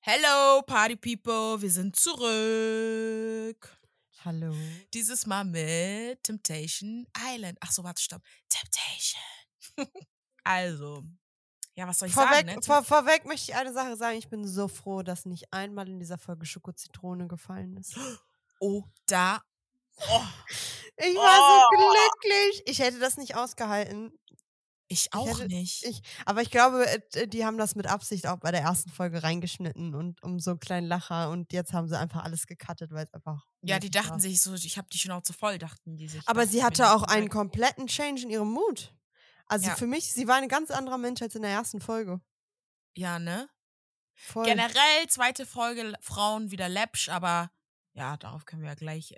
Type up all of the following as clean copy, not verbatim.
Hello, Party People, wir sind zurück. Hallo. Dieses Mal mit Temptation Island. Ach so, warte, stopp. Temptation. Also, ja, was soll ich sagen, ne? Vorweg möchte ich eine Sache sagen. Ich bin so froh, dass nicht einmal in dieser Folge Schoko-Zitrone gefallen ist. Oh, da. Oh, Ich war so oh. glücklich. Ich hätte das nicht ausgehalten. Ich auch nicht. Aber ich glaube, die haben das mit Absicht auch bei der ersten Folge reingeschnitten und um so einen kleinen Lacher und jetzt haben sie einfach alles gecuttet, weil es einfach Ja, die nötig dachten war. sich so, ich hab die Schnauze voll, dachten die sich. Aber Weißt du, sie ich bin hatte jetzt auch so einen weg. kompletten Change in ihrem Mut. Also Ja, für mich, sie war ein ganz anderer Mensch als in der ersten Folge. ja, ne? Voll. Generell, zweite Folge, Frauen wieder läppsch, aber ja, darauf können wir ja gleich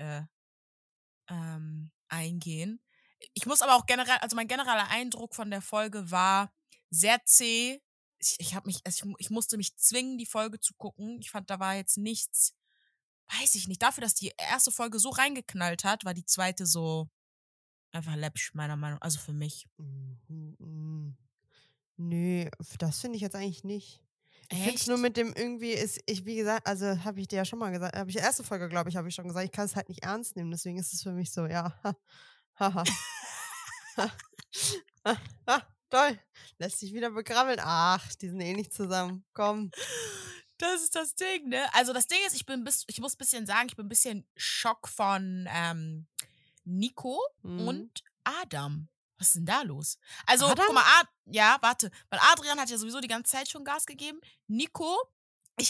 eingehen. Ich muss aber auch generell, also mein genereller Eindruck von der Folge war sehr zäh. Ich musste mich zwingen, die Folge zu gucken. Ich fand, da war jetzt nichts, weiß ich nicht. Dafür, dass die erste Folge so reingeknallt hat, war die zweite so einfach läppsch, meiner Meinung nach. Also für mich. Mhm, mhm. Ne, das finde ich jetzt eigentlich nicht. Ich finde es nur Echt? mit dem irgendwie wie gesagt, also, habe ich dir ja schon mal gesagt habe ich erste Folge, glaube ich, habe ich schon gesagt, ich kann es halt nicht ernst nehmen, deswegen ist es für mich so, ja, haha, toll, lässt sich wieder begrabbeln. Ach, die sind eh nicht zusammen. Komm. Das ist das Ding, ne? Also das Ding ist, ich muss ein bisschen sagen, ich bin ein bisschen Schock von Nico und Mhm. Adam. Was ist denn da los? Also, Adam? guck mal, ja, warte, weil Adrian hat ja sowieso die ganze Zeit schon Gas gegeben. Nico, ich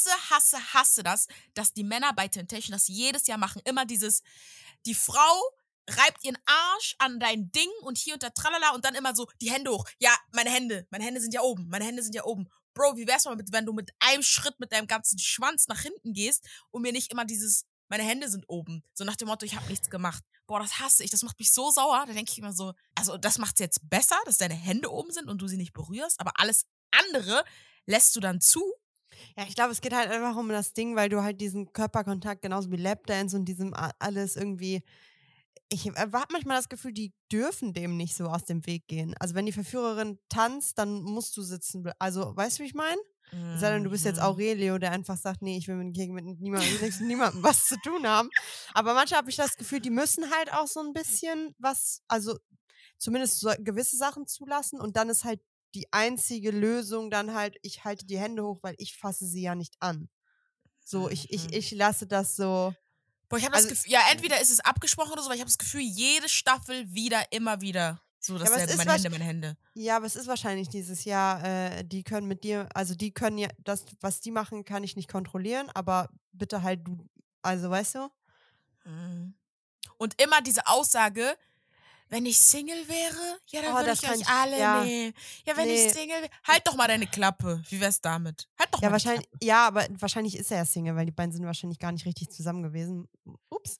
hasse das, dass die Männer bei Temptation das jedes Jahr machen. Immer dieses, die Frau reibt ihren Arsch an dein Ding und hier und da tralala und dann immer so die Hände hoch. Ja, meine Hände sind ja oben, meine Hände sind ja oben. Bro, wie wär's mal mit, wenn du mit einem Schritt mit deinem ganzen Schwanz nach hinten gehst und mir nicht immer dieses, meine Hände sind oben. So nach dem Motto, ich habe nichts gemacht. Boah, das hasse ich. Das macht mich so sauer. Da denke ich immer so, also das macht's jetzt besser, dass deine Hände oben sind und du sie nicht berührst, aber alles andere lässt du dann zu. Ja, ich glaube, es geht halt einfach um das Ding, weil du halt diesen Körperkontakt genauso wie Lapdance und diesem alles irgendwie ich habe manchmal das Gefühl, die dürfen dem nicht so aus dem Weg gehen. Also, wenn die Verführerin tanzt, dann musst du sitzen blei also, weißt du, wie ich meine? Es sei denn, du bist jetzt Mhm. Aurelio, der einfach sagt: „Ne, ich will mit niemandem was zu tun haben.“ Aber manchmal habe ich das Gefühl, die müssen halt auch so 'n bisschen was also, zumindest so gewisse Sachen zulassen und dann ist halt die einzige Lösung dann halt, ich halte die Hände hoch, weil ich fasse sie ja nicht an. So, Mhm. ich lasse das so Boah, ich habe das also Gefühl, ja, entweder ist es abgesprochen oder so, weil ich habe das Gefühl, jede Staffel wieder, immer wieder so ja, aber es dasselbe. ist Meine wahrsch Hände, meine Hände. ja, aber es ist wahrscheinlich dieses Jahr, die können mit dir also, die können ja das, was die machen, kann ich nicht kontrollieren, aber bitte halt du also, weißt du? Mhm. Und immer diese Aussage, wenn ich Single wäre, ja, dann Oh, würde das ich kann euch ich alle ja, nehmen. Ja, wenn ich ne, Single wäre, halt doch mal deine Klappe. Wie wär's damit? Halt doch ja, mal die Klappe. aber wahrscheinlich ist er ja Single, weil die beiden sind wahrscheinlich gar nicht richtig zusammen gewesen. Ups.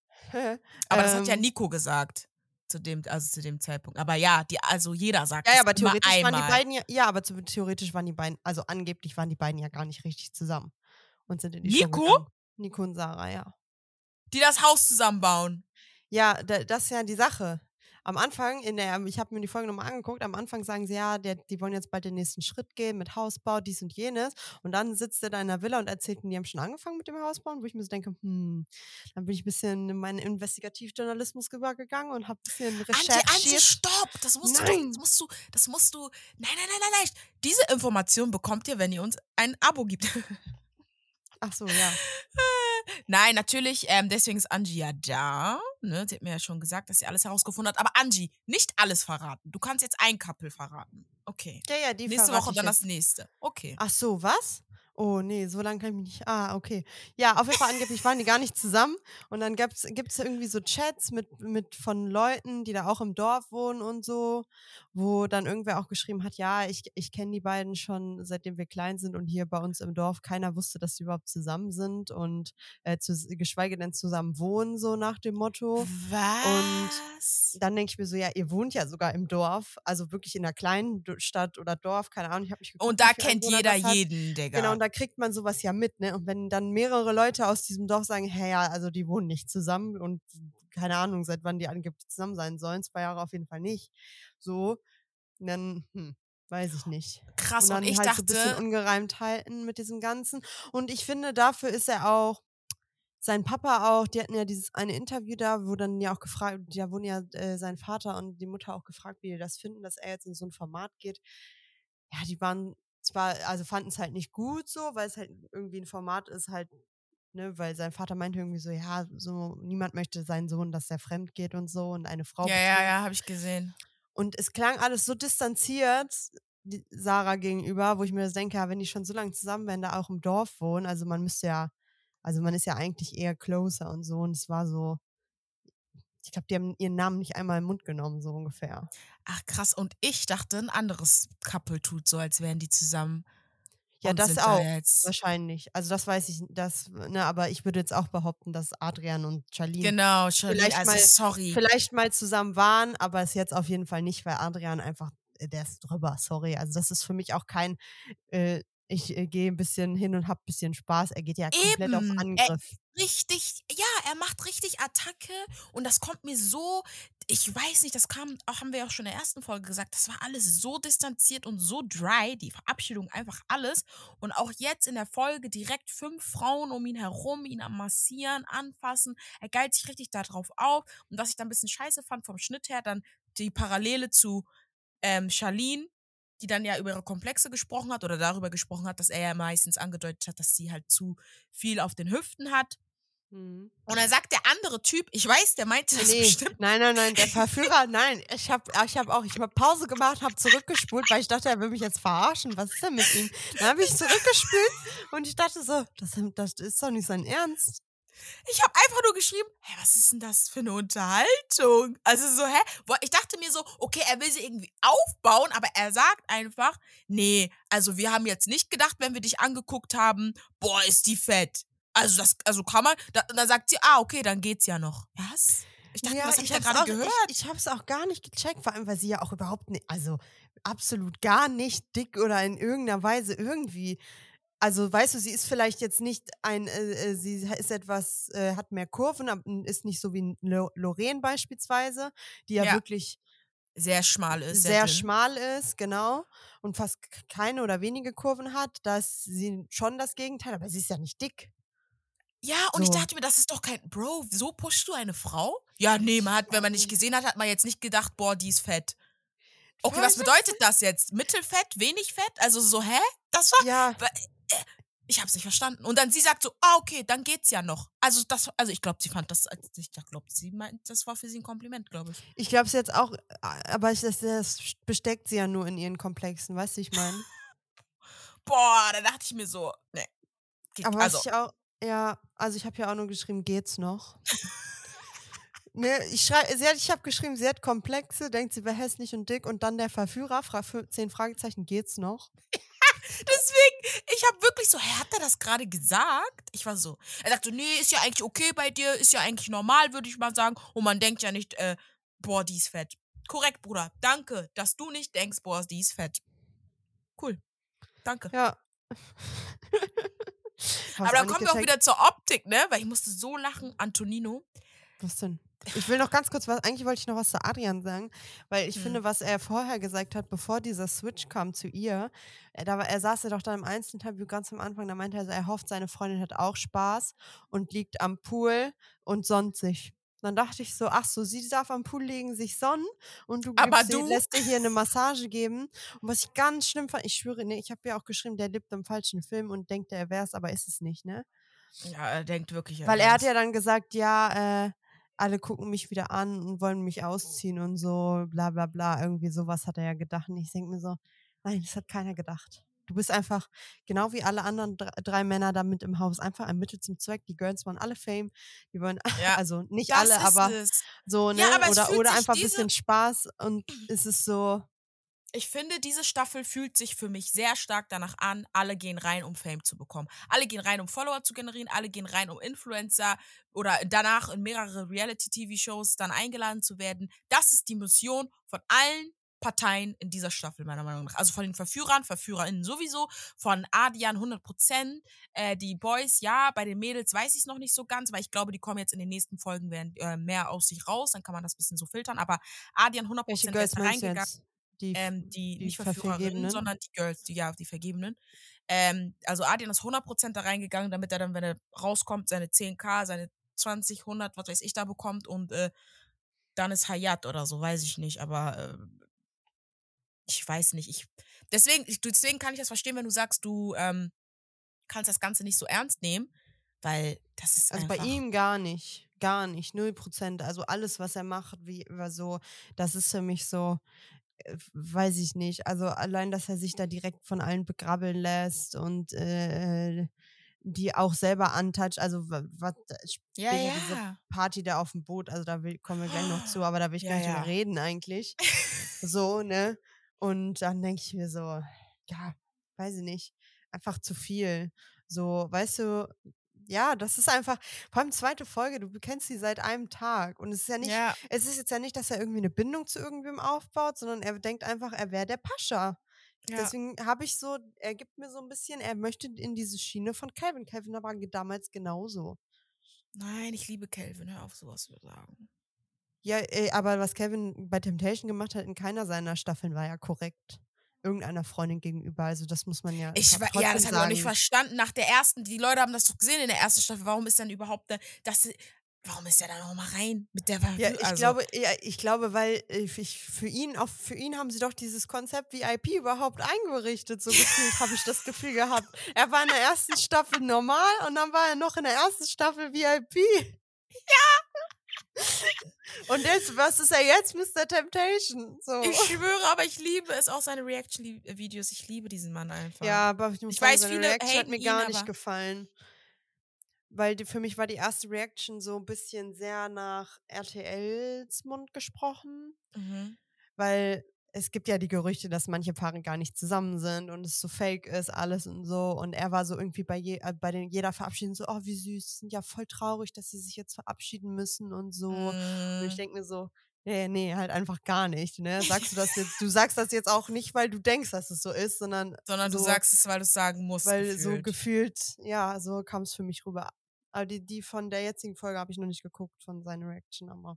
Aber das hat ja Ähm, Nico gesagt zu dem Zeitpunkt. Aber ja, also jeder sagt ja, es aber immer theoretisch waren die einmal. beiden ja, aber theoretisch waren die beiden also, angeblich waren die beiden ja gar nicht richtig zusammen und sind in die Show Nico, gegangen. Nico und Sarah, ja. die das Haus zusammenbauen. Ja, das ist ja die Sache. Am Anfang ich habe mir die Folge noch mal angeguckt, am Anfang sagen sie: „Ja, die wollen jetzt bald den nächsten Schritt gehen mit Hausbau, dies und jenes.“ Und dann sitzt er da in der Villa und erzählt ihnen, die haben schon angefangen mit dem Hausbauen, wo ich mir so denke: dann bin ich bisschen in meinen Investigativjournalismus rübergegangen und habe bisschen Angie, recherchiert. stopp! Nein! Das musst du, nein. Diese Information bekommt ihr, wenn ihr uns ein Abo gibt. Ach so, ja. Nein, natürlich, deswegen ist Angie ja da. Ne? Sie hat mir ja schon gesagt, dass sie alles herausgefunden hat. Aber Angie, nicht alles verraten. Du kannst jetzt ein Couple verraten. Okay. Ja, ja, die Nächste Woche verrate ich dann das jetzt. nächste. Okay. Ach so, was? Oh ne, so lange kann ich mich nicht okay. Ja, auf jeden Fall angeblich waren die gar nicht zusammen und dann gibt's irgendwie so Chats mit von Leuten, die da auch im Dorf wohnen und so, wo dann irgendwer auch geschrieben hat: „Ja, ich kenne die beiden schon, seitdem wir klein sind und hier bei uns im Dorf keiner wusste, dass sie überhaupt zusammen sind und, geschweige denn zusammen wohnen“, so nach dem Motto. Und Was? dann denke ich mir so: „Ja, ihr wohnt ja sogar im Dorf, also wirklich in 'ner kleinen Stadt oder Dorf“, keine Ahnung, ich habe nicht Und geguckt, wie da viele kennt Einwohner jeder das hat. jeden, Genau, Digga. und da kriegt man so was ja mit, ne? Und wenn dann mehrere Leute aus diesem Dorf sagen: „Hey, ja, also die wohnen nicht zusammen und keine Ahnung, seit wann die angeblich zusammen sein sollen, 2 Jahre auf jeden Fall nicht.“ So, dann, weiß ich nicht. Krass, Und und dann ich halt so ein bisschen dachte, Ungereimtheiten mit diesem Ganzen. Und ich finde, dafür ist er auch sein Papa auch, die hatten ja dieses eine Interview da, wo dann ja auch gefragt, da wurden ja sein Vater und die Mutter auch gefragt, wie die das finden, dass er jetzt in so ein Format geht. Ja, die waren zwar, also fanden es halt nicht gut so, weil es halt irgendwie ein Format ist, halt, ne, weil sein Vater meinte irgendwie so, ja, so niemand möchte seinen Sohn, dass der fremd geht und so und eine Frau betrügt. habe ich gesehen. Und es klang alles so distanziert Sarah gegenüber, wo ich mir das denke, ja, wenn die schon so lange zusammen wären, da auch im Dorf wohnen, also man müsste ja, also man ist ja eigentlich eher closer und so. Und es war so, ich glaube, die haben ihren Namen nicht einmal im Mund genommen, so ungefähr. Ach krass, und ich dachte, ein anderes Couple tut so, als wären die zusammen Ja, und das sind da auch, jetzt. wahrscheinlich. Also das weiß ich, das, ne, aber ich würde jetzt auch behaupten, dass Adrian und Charlene Genau, Charlene, vielleicht also mal, sorry. vielleicht mal zusammen waren, aber es jetzt auf jeden Fall nicht, weil Adrian einfach, der ist drüber, sorry. Also das ist für mich auch kein, ich gehe ein bisschen hin und hab ein bisschen Spaß. Er geht ja komplett auf Eben, Angriff. richtig, ja, er macht richtig Attacke und das kommt mir so, ich weiß nicht, das kam, auch haben wir ja auch schon in der ersten Folge gesagt, das war alles so distanziert und so dry, die Verabschiedung, einfach alles. Und auch jetzt in der Folge direkt 5 Frauen um ihn herum, ihn am Massieren, anfassen. Er geilt sich richtig darauf auf. Und was ich dann ein bisschen scheiße fand vom Schnitt her, dann die Parallele zu Charlene, die dann ja über ihre Komplexe gesprochen hat oder darüber gesprochen hat, dass er ja meistens angedeutet hat, dass sie halt zu viel auf den Hüften hat. Mhm. Und dann sagt der andere Typ, ich weiß, der meinte das Nee, bestimmt. nein, der Verführer, nein. Ich hab Pause gemacht, hab zurückgespult, weil ich dachte, er will mich jetzt verarschen. Was ist denn mit ihm? Dann habe ich zurückgespült und ich dachte so, das ist doch nicht sein Ernst. Ich habe einfach nur geschrieben, hä, was ist denn das für eine Unterhaltung? Also so, hä? Ich dachte mir so, okay, er will sie irgendwie aufbauen, aber er sagt einfach, nee, also wir haben jetzt nicht gedacht, wenn wir dich angeguckt haben, boah, ist die fett. Also kann man, und dann sagt sie, okay, dann geht's ja noch. Was? Ich dachte mir, Ja, was habe ich da gerade gehört? ich hab's auch gar nicht gecheckt, vor allem, weil sie ja auch überhaupt nicht, also absolut gar nicht dick oder in irgendeiner Weise irgendwie. Also, weißt du, sie ist vielleicht jetzt nicht sie ist etwas, hat mehr Kurven, ist nicht so wie Lorraine beispielsweise, die ja Ja, wirklich sehr schmal ist, sehr sehr dünn. schmal ist, genau, und fast keine oder wenige Kurven hat. Da ist sie schon das Gegenteil, aber sie ist ja nicht dick. Ja, und ich So. dachte mir, das ist doch kein Bro, so pushst du eine Frau? Ja, nee, wenn man dich gesehen hat, hat man jetzt nicht gedacht, boah, die ist fett. Okay, was Weiß bedeutet das jetzt? Mittelfett, wenig Fett? Also so, hä? Das war, Ja, ich hab's nicht verstanden. Und dann sie sagt so, okay, dann geht's ja noch. Also ich glaube, sie fand das, ich glaube, sie meint, das war für sie ein Kompliment, glaube ich. ich glaube es jetzt auch, aber das besteckt sie ja nur in ihren Komplexen, weißt du, ich meine? Boah, da dachte ich mir so, nee, Aber was also, ich auch, ja, also ich habe ja auch nur geschrieben, geht's noch? Ne, ich habe geschrieben, sie hat Komplexe, denkt, sie wäre hässlich und dick und dann der Verführer, 10 Fragezeichen, geht's noch? deswegen, ich habe wirklich so, hä, hat er das gerade gesagt? Ich war so, er sagte, nee, ist ja eigentlich okay bei dir, ist ja eigentlich normal, würde ich mal sagen. Und man denkt ja nicht, boah, die ist fett. Korrekt, Bruder. Danke, dass du nicht denkst, boah, die ist fett. Cool. Danke. Ja. Aber Hab's auch dann nicht kommen wir auch gecheckt. wieder zur Optik, ne? Weil ich musste so lachen, Antonino. Was denn? Ich will noch ganz kurz was, eigentlich wollte ich noch was zu Adrian sagen, weil ich Hm. finde, was er vorher gesagt hat, bevor dieser Switch kam zu ihr, er saß ja doch dann im Einzelinterview ganz am Anfang, da meinte er, so, er hofft, seine Freundin hat auch Spaß und liegt am Pool und sonnt sich. Dann dachte ich so, ach so, sie darf am Pool liegen, sich sonnen und du Aber du? lässt dir hier eine Massage geben. Und was ich ganz schlimm fand, ich schwöre, ne, ich habe ja auch geschrieben, der lebt im falschen Film und denkt, er wär's, aber ist es nicht, ne? Ja, er denkt wirklich, Weil er hat ja dann gesagt, ja, alle gucken mich wieder an und wollen mich ausziehen und so, bla bla bla. Irgendwie sowas hat er ja gedacht. Und ich denke mir so, nein, das hat keiner gedacht. Du bist einfach, genau wie alle anderen drei Männer da mit im Haus, einfach ein Mittel zum Zweck. Die Girls wollen alle Fame. Die wollen, Ja, also nicht das alle, ist aber es. so, Ja, ne? aber es fühlt Oder sich einfach ein bisschen Spaß und es ist so, ich finde, diese Staffel fühlt sich für mich sehr stark danach an, alle gehen rein, um Fame zu bekommen. Alle gehen rein, um Follower zu generieren, alle gehen rein, um Influencer oder danach in mehrere Reality-TV-Shows dann eingeladen zu werden. Das ist die Mission von allen Parteien in dieser Staffel, meiner Meinung nach. Also von den Verführern, VerführerInnen sowieso, von Adian 100%, die Boys, ja, bei den Mädels weiß ich es noch nicht so ganz, weil ich glaube, die kommen jetzt in den nächsten Folgen mehr aus sich raus, dann kann man das ein bisschen so filtern, aber Adian welche 100%, der Girls ist da meinst du reingegangen. jetzt? die nicht die Verführerinnen, Vergebenen. sondern die Girls, die Vergebenen. Also Adrian ist 100% da reingegangen, damit er dann, wenn er rauskommt, seine 10.000, seine 20, 100, was weiß ich, da bekommt und dann ist Hayat oder so, weiß ich nicht, aber ich weiß nicht. Deswegen kann ich das verstehen, wenn du sagst, du kannst das Ganze nicht so ernst nehmen, weil das ist Also bei einfach. ihm gar nicht. Gar nicht. 0%. Also alles, was er macht, so, das ist für mich so, weiß ich nicht. Also allein, dass er sich da direkt von allen begrabbeln lässt und die auch selber untouched, also was Ja, später diese ja. Party da auf dem Boot, also kommen wir gleich noch zu, aber da will ich gar Ja, nicht drüber ja. reden eigentlich. So, ne? Und dann denke ich mir so, ja, weiß ich nicht, einfach zu viel. So, weißt du, ja, das ist einfach, vor allem zweite Folge, du kennst sie seit einem Tag. Und es ist ja nicht, Ja, es ist jetzt ja nicht, dass er irgendwie eine Bindung zu irgendwem aufbaut, sondern er denkt einfach, er wäre der Pascha. ja. Deswegen habe ich so, er gibt mir so ein bisschen, er möchte in diese Schiene von Calvin. Calvin war damals genauso. Nein, ich liebe Calvin, hör auf, sowas zu sagen. Ja, aber was Calvin bei Temptation gemacht hat in keiner seiner Staffeln, war ja korrekt. Irgendeiner Freundin gegenüber. Also das muss man ja Ja, trotzdem das habe ich auch nicht sagen. verstanden. Nach der ersten, die Leute haben das doch gesehen in der ersten Staffel. Warum ist dann überhaupt warum ist der da noch mal rein mit der Ja, also ich glaube, weil für ihn haben sie doch dieses Konzept VIP überhaupt eingerichtet, so gefühlt, habe ich das Gefühl gehabt. Er war in der ersten Staffel normal und dann war er noch in der ersten Staffel VIP. Ja! Und jetzt, was ist er jetzt, Mr. Temptation? So. ich schwöre, aber ich liebe es auch seine Reaction-Videos. Ich liebe diesen Mann einfach. Ja, aber ich muss Ich sagen, weiß, seine viele Reaction hat haten mir ihn, gar nicht aber gefallen. Weil für mich war die erste Reaction so ein bisschen sehr nach RTLs Mund gesprochen. Weil es gibt ja die Gerüchte, dass manche Paare gar nicht zusammen sind und es so fake ist, alles und so. Und er war so irgendwie bei jeder Verabschiedung so, oh, wie süß, die sind ja voll traurig, dass sie sich jetzt verabschieden müssen und so. Und ich denke mir so, nee, halt einfach gar nicht, ne? Du sagst das jetzt auch nicht, weil du denkst, dass es so ist, sondern sondern du so, sagst es, weil du es sagen musst, weil so gefühlt. gefühlt, ja, so kam es für mich rüber. Aber die von der jetzigen Folge habe ich noch nicht geguckt, von seiner Reaction, aber.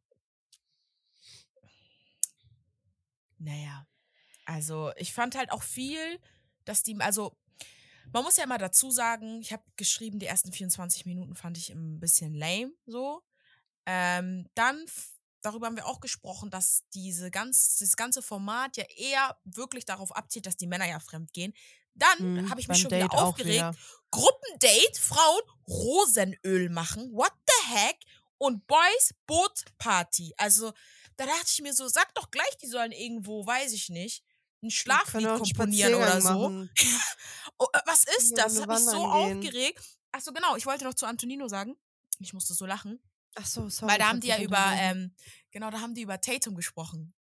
Naja, also ich fand halt auch viel, dass also man muss ja immer dazu sagen, ich habe geschrieben, die ersten 24 Minuten fand ich ein bisschen lame, so. Dann, darüber haben wir auch gesprochen, dass dieses ganze Format ja eher wirklich darauf abzielt, dass die Männer ja fremd gehen. Dann habe ich mich Beim schon wieder Date auch aufgeregt. wieder. Gruppendate, Frauen Rosenöl machen, what the heck? Und Boys Bootparty. Also, da dachte ich mir so, sag doch gleich, die sollen irgendwo, weiß ich nicht, ein Die können Schlaflied auch einen komponieren oder Spaziergang so. machen. Oh, was ist Ja, das? Das eine hat mich so wandern gehen. aufgeregt. Achso, genau, ich wollte noch zu Antonino sagen. Ich musste so lachen. Ach so, sorry, Weil da ich haben hab die dich ja unterbrochen. da haben die über Tatum gesprochen.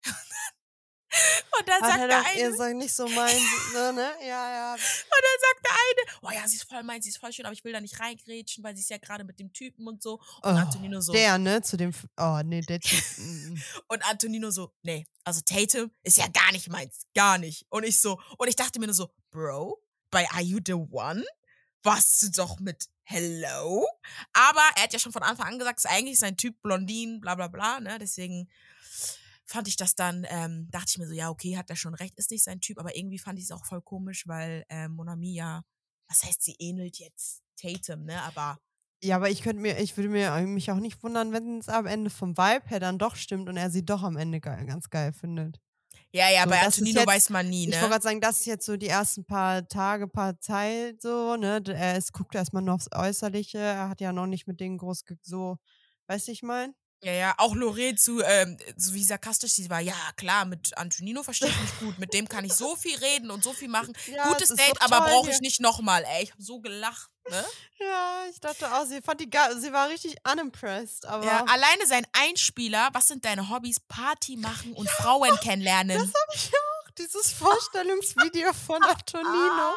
Und dann Hat sagt er der doch, eine, ihr seid nicht so mein, ne? Ja. und dann sagt der eine, oh ja, sie ist voll meins, sie ist voll schön, aber ich will da nicht reingrätschen, weil sie ist ja gerade mit dem Typen und so. Und Oh, Antonino so, der, ne? Oh, nee, der Typ. und Antonino so, nee, also Tatum ist ja gar nicht meins, gar nicht. Und ich dachte mir nur so, Bro, bei Are You the One? Warst du doch mit Hello? Aber er hat ja schon von Anfang an gesagt, es ist eigentlich sein Typ Blondin, bla bla bla, ne? Deswegen fand ich das dann, dachte ich mir so, ja, okay, hat er schon recht, ist nicht sein Typ, aber irgendwie fand ich es auch voll komisch, weil Monami ja, was heißt, sie ähnelt jetzt Tatum, ne? Aber Ja, aber ich würde mich auch nicht wundern, wenn es am Ende vom Vibe her dann doch stimmt und er sie doch am Ende ganz geil findet. ja, So, bei das ist Antonino jetzt, weiß man nie, ich wollte ne? gerade sagen, das ist jetzt so die ersten paar Tage, paar Zeit so, ne? Guckt erstmal nur aufs Äußerliche. Er hat ja noch nicht mit denen groß so, weißt du, ich mein? Ja, auch Lorraine so wie sarkastisch sie war, ja, klar, mit Antonino verstehe ich mich gut, mit dem kann ich so viel reden und so viel machen. Ja, es Gutes ist so Date, aber toll brauche hier. ich nicht nochmal, ey. Ich hab so gelacht, ne? Ja, ich dachte auch, sie war richtig unimpressed, aber. Ja, alleine sein Einspieler, was sind deine Hobbys? Party machen und Frauen kennenlernen. Das habe ich auch, dieses Vorstellungsvideo von Antonino.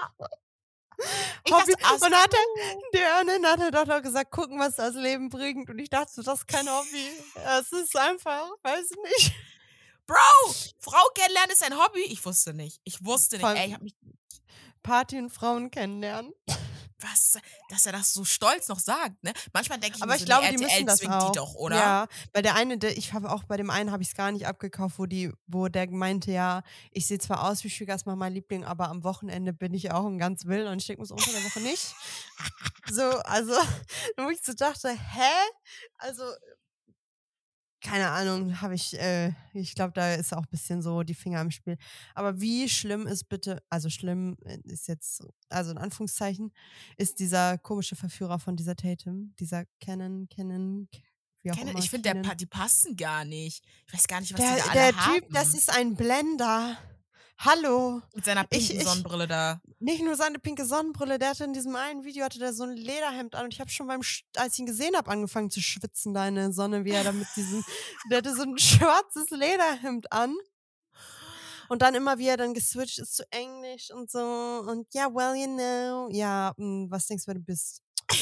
Hobby. Und hat er doch noch gesagt, gucken, was das Leben bringt. Und ich dachte, so, das ist kein Hobby. Es ist einfach, weiß ich nicht. Bro, Frau kennenlernen ist ein Hobby? Ich wusste nicht. Ey, ich hab mich. Party und Frauen kennenlernen. dass er das so stolz noch sagt, ne? Manchmal denke ich mir Aber so, ich nee, glaube, die müssen RTL das zwingt die auch. doch, oder? Ja, weil der eine, ich habe auch bei dem einen habe ich es gar nicht abgekauft, wo der meinte, ja, ich sehe zwar aus wie Schwiegersma mein Liebling, aber am Wochenende bin ich auch ein ganz wild und ich denke mir so unter der Woche nicht. So, also, wo ich so dachte, hä? Also, keine Ahnung, ich glaube, da ist auch ein bisschen so die Finger im Spiel. Aber wie schlimm ist bitte, also schlimm ist jetzt, also in Anführungszeichen, ist dieser komische Verführer von dieser Tatum, dieser wie auch immer, Ich finde, Kenan. die passen gar nicht. Ich weiß gar nicht, was die da Der alle Typ, das haben. ist ein Blender. Hallo. Mit seiner pinken Ich Sonnenbrille da. Nicht nur seine pinke Sonnenbrille, der hatte in diesem einen Video hatte der so ein Lederhemd an und ich habe schon als ich ihn gesehen habe, angefangen zu schwitzen da in der Sonne, wie er da mit diesem der hatte so ein schwarzes Lederhemd an und dann immer, wie er dann geswitcht ist zu Englisch und so und ja, well, you know. Ja, was denkst du, wer du bist?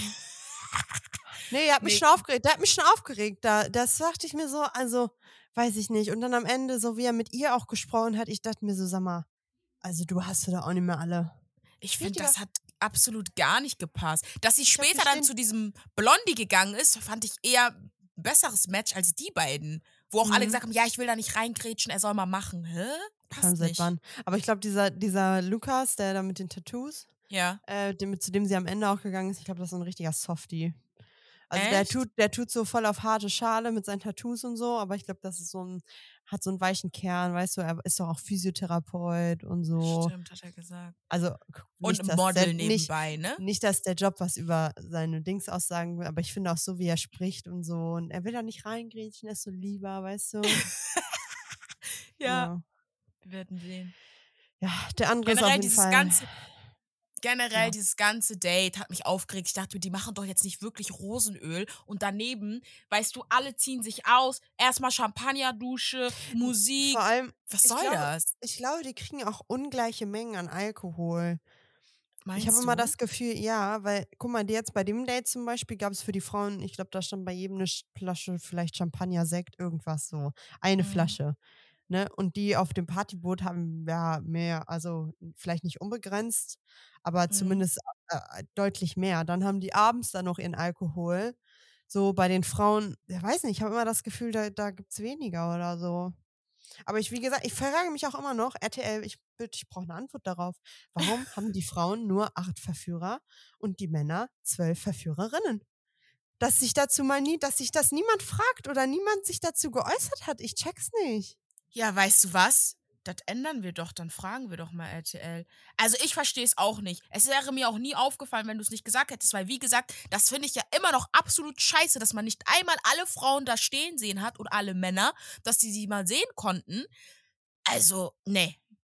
Ne, Nee, der hat mich schon aufgeregt. Das dachte ich mir so, also, weiß ich nicht. Und dann am Ende, so wie er mit ihr auch gesprochen hat, ich dachte mir so: „Sag mal, also, du hast sie da auch nicht mehr alle." ich finde, Richtiger das hat absolut gar nicht gepasst. Dass sie Ich habe später mich dann den zu diesem Blondie gegangen ist, fand ich eher ein besseres Match als die beiden. Wo auch alle mhm. gesagt haben, ja, ich will da nicht reingrätschen, er soll mal machen. Hä? Vor allem Passt seit nicht. wann? Aber ich glaube, dieser Lukas, der da mit den Tattoos, Ja. zu dem sie am Ende auch gegangen ist, ich glaube, das ist so ein richtiger Softie. Also, Echt? der tut so voll auf harte Schale mit seinen Tattoos und so, aber ich glaube, das ist hat so einen weichen Kern, weißt du? Er ist doch auch Physiotherapeut und so. Stimmt, hat er gesagt. Also, Und nicht, dass der Model nebenbei, ne? nicht, dass der Job was über seine Dings aussagen will, aber ich finde auch so, wie er spricht und so und er will da nicht reingrätschen, er ist so lieber, weißt du? Ja, Ja. wir werden sehen. Ja, der andere ist auf Generell jeden dieses Fall ganze Generell ja. dieses ganze Date hat mich aufgeregt. Ich dachte mir, die machen doch jetzt nicht wirklich Rosenöl. Und daneben, weißt du, alle ziehen sich aus. Erstmal Champagnerdusche, Vor Musik. allem, Was soll das? ich glaube, die kriegen auch ungleiche Mengen an Alkohol. Ich habe Meinst immer du? das Gefühl, ja, weil, guck mal, jetzt bei dem Date zum Beispiel gab es für die Frauen, ich glaube, da stand bei jedem eine Flasche, vielleicht Champagner, Sekt, irgendwas so. Eine Mhm. Flasche. Ne? Und die auf dem Partyboot haben ja mehr, also vielleicht nicht unbegrenzt, aber Mhm. zumindest deutlich mehr. Dann haben die abends dann noch ihren Alkohol. So bei den Frauen, ja, weiß nicht, ich habe immer das Gefühl, da gibt es weniger oder so. Aber wie gesagt, ich frage mich auch immer noch, RTL, ich brauche eine Antwort darauf. Warum haben die Frauen nur 8 Verführer und die Männer 12 Verführerinnen? Dass sich das niemand fragt oder niemand sich dazu geäußert hat. Ich check's nicht. Ja, weißt du was? Das ändern wir doch, dann fragen wir doch mal RTL. Also ich verstehe es auch nicht. Es wäre mir auch nie aufgefallen, wenn du es nicht gesagt hättest, weil wie gesagt, das finde ich ja immer noch absolut scheiße, dass man nicht einmal alle Frauen da stehen sehen hat und alle Männer, dass die sie mal sehen konnten. Also, nee,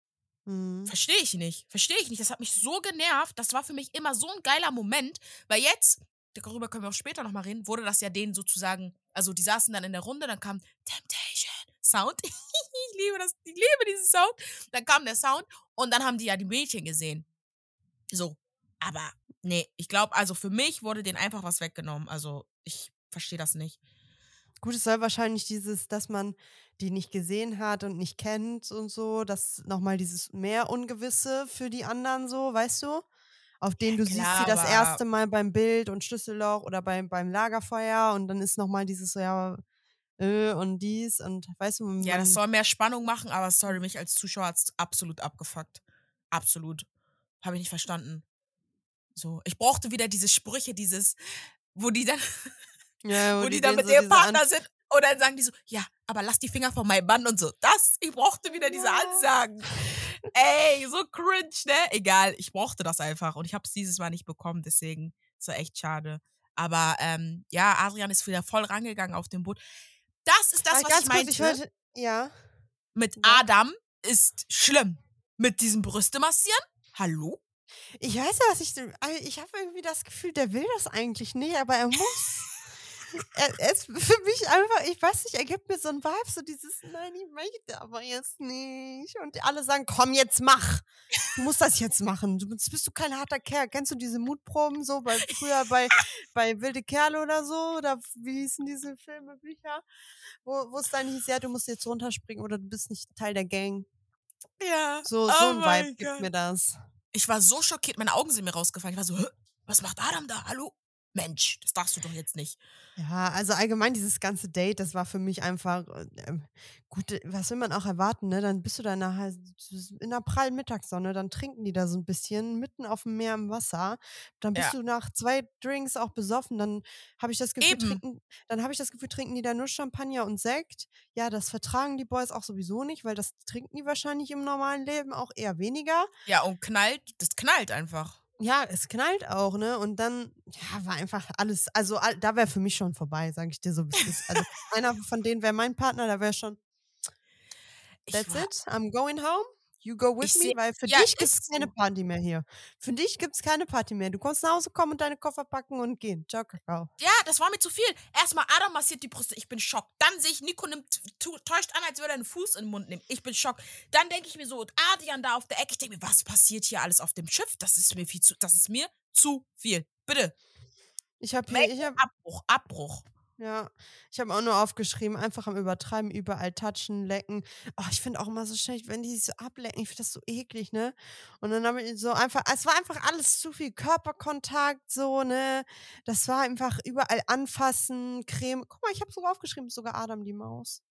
Mhm. verstehe ich nicht. Verstehe ich nicht. Das hat mich so genervt. Das war für mich immer so ein geiler Moment, weil jetzt, darüber können wir auch später nochmal reden, wurde das ja denen sozusagen, also die saßen dann in der Runde, dann kam Temptation Sound. Ich liebe das, ich liebe diesen Sound. Dann kam der Sound und dann haben die ja die Mädchen gesehen. So. Aber nee, ich glaube, also für mich wurde denen einfach was weggenommen. Also ich verstehe das nicht. Gut, es soll wahrscheinlich dass man die nicht gesehen hat und nicht kennt und so, das nochmal dieses mehr Ungewisse für die anderen so, weißt du? Auf Ja, denen du siehst sie klar, das aber erste Mal beim Bild und Schlüsselloch oder beim Lagerfeuer und dann ist nochmal dieses so, ja, und dies und weißt du, ja, das soll mehr Spannung machen, aber sorry, mich als Zuschauer hat's absolut abgefuckt. Absolut. Habe ich nicht verstanden. So, ich brauchte wieder diese Sprüche, wo die dann, ja, wo wo die die dann den mit so ihrem diese an Partner sind und dann sagen die so, ja, aber lass die Finger von meinem Mann und so. Ich brauchte wieder diese ja. Ansagen. Ey, so cringe, ne? Egal, ich brauchte das einfach und ich habe es dieses Mal nicht bekommen, deswegen ist ja echt schade. Aber ja, Adrian ist wieder voll rangegangen auf dem Boot. Das ist das, was ich Ganz kurz, ich meinte. wollte ja, Mit sag. Adam ist schlimm. Mit diesem Brüste massieren? Hallo? Ich weiß ja, ich habe irgendwie das Gefühl, der will das eigentlich nicht, aber er muss. Er ist für mich einfach, ich weiß nicht, er gibt mir so 'n Vibe, so dieses: „Nein, ich möchte aber jetzt nicht." Und alle sagen: „Komm, jetzt mach. Du musst das jetzt machen. Sonst bist du kein harter Kerl." Kennst du diese Mutproben so früher bei Wilde Kerle oder so? Oder wie hießen diese Filme, Bücher? Wo es dann hieß: „Ja, du musst jetzt runterspringen oder du bist nicht Teil der Gang." Ja, So oh 'n Vibe mein gibt Gott. mir das. Ich war so schockiert, meine Augen sind mir rausgefallen. Ich war so: „Hä? Was macht Adam da? Hallo? Mensch, das darfst du doch jetzt nicht. Ja, also allgemein dieses ganze Date, das war für mich einfach, gut, was will man auch erwarten, ne? Dann bist du da nachher in der prallen Mittagssonne, dann trinken die da so ein bisschen mitten auf dem Meer im Wasser. Dann bist Ja, du nach 2 Drinks auch besoffen, eben. dann habe ich das Gefühl, trinken die da nur Champagner und Sekt. Ja, das vertragen die Boys auch sowieso nicht, weil das trinken die wahrscheinlich im normalen Leben auch eher weniger. Ja, und das knallt einfach. Ja, es knallt auch, ne? Und dann, ja, war einfach alles da wäre für mich schon vorbei, sage ich dir so, wie's ist. Also, einer von denen wäre mein Partner, da wäre schon: Ich „That's war it, I'm going home, you go with ich me“, sehe weil für ja, dich gibt's ist keine so. Party mehr hier. Für dich gibt's keine Party mehr. Du kannst nach Hause kommen und deine Koffer packen und gehen. Ciao, Kakao. Ja, das war mir zu viel. Erstmal Adam massiert die Brüste, ich bin schockt. Dann sehe ich, Nico täuscht an, als würde er einen Fuß in den Mund nehmen. Ich bin schockt. Dann denke ich mir so, Adrian da auf der Ecke, ich denke mir, was passiert hier alles auf dem Schiff? Das ist mir zu viel. Bitte, Ich habe hier ich Make-up, habe Abbruch, Abbruch. Ja, ich habe auch nur aufgeschrieben, einfach am Übertreiben, überall touchen, lecken. Oh, ich finde auch immer so schlecht, wenn die sich so ablecken. Ich finde das so eklig, ne? Und dann habe ich so einfach es war einfach alles zu viel Körperkontakt, so, ne? Das war einfach überall anfassen, Creme. Guck mal, ich habe sogar aufgeschrieben, sogar Adam die Maus.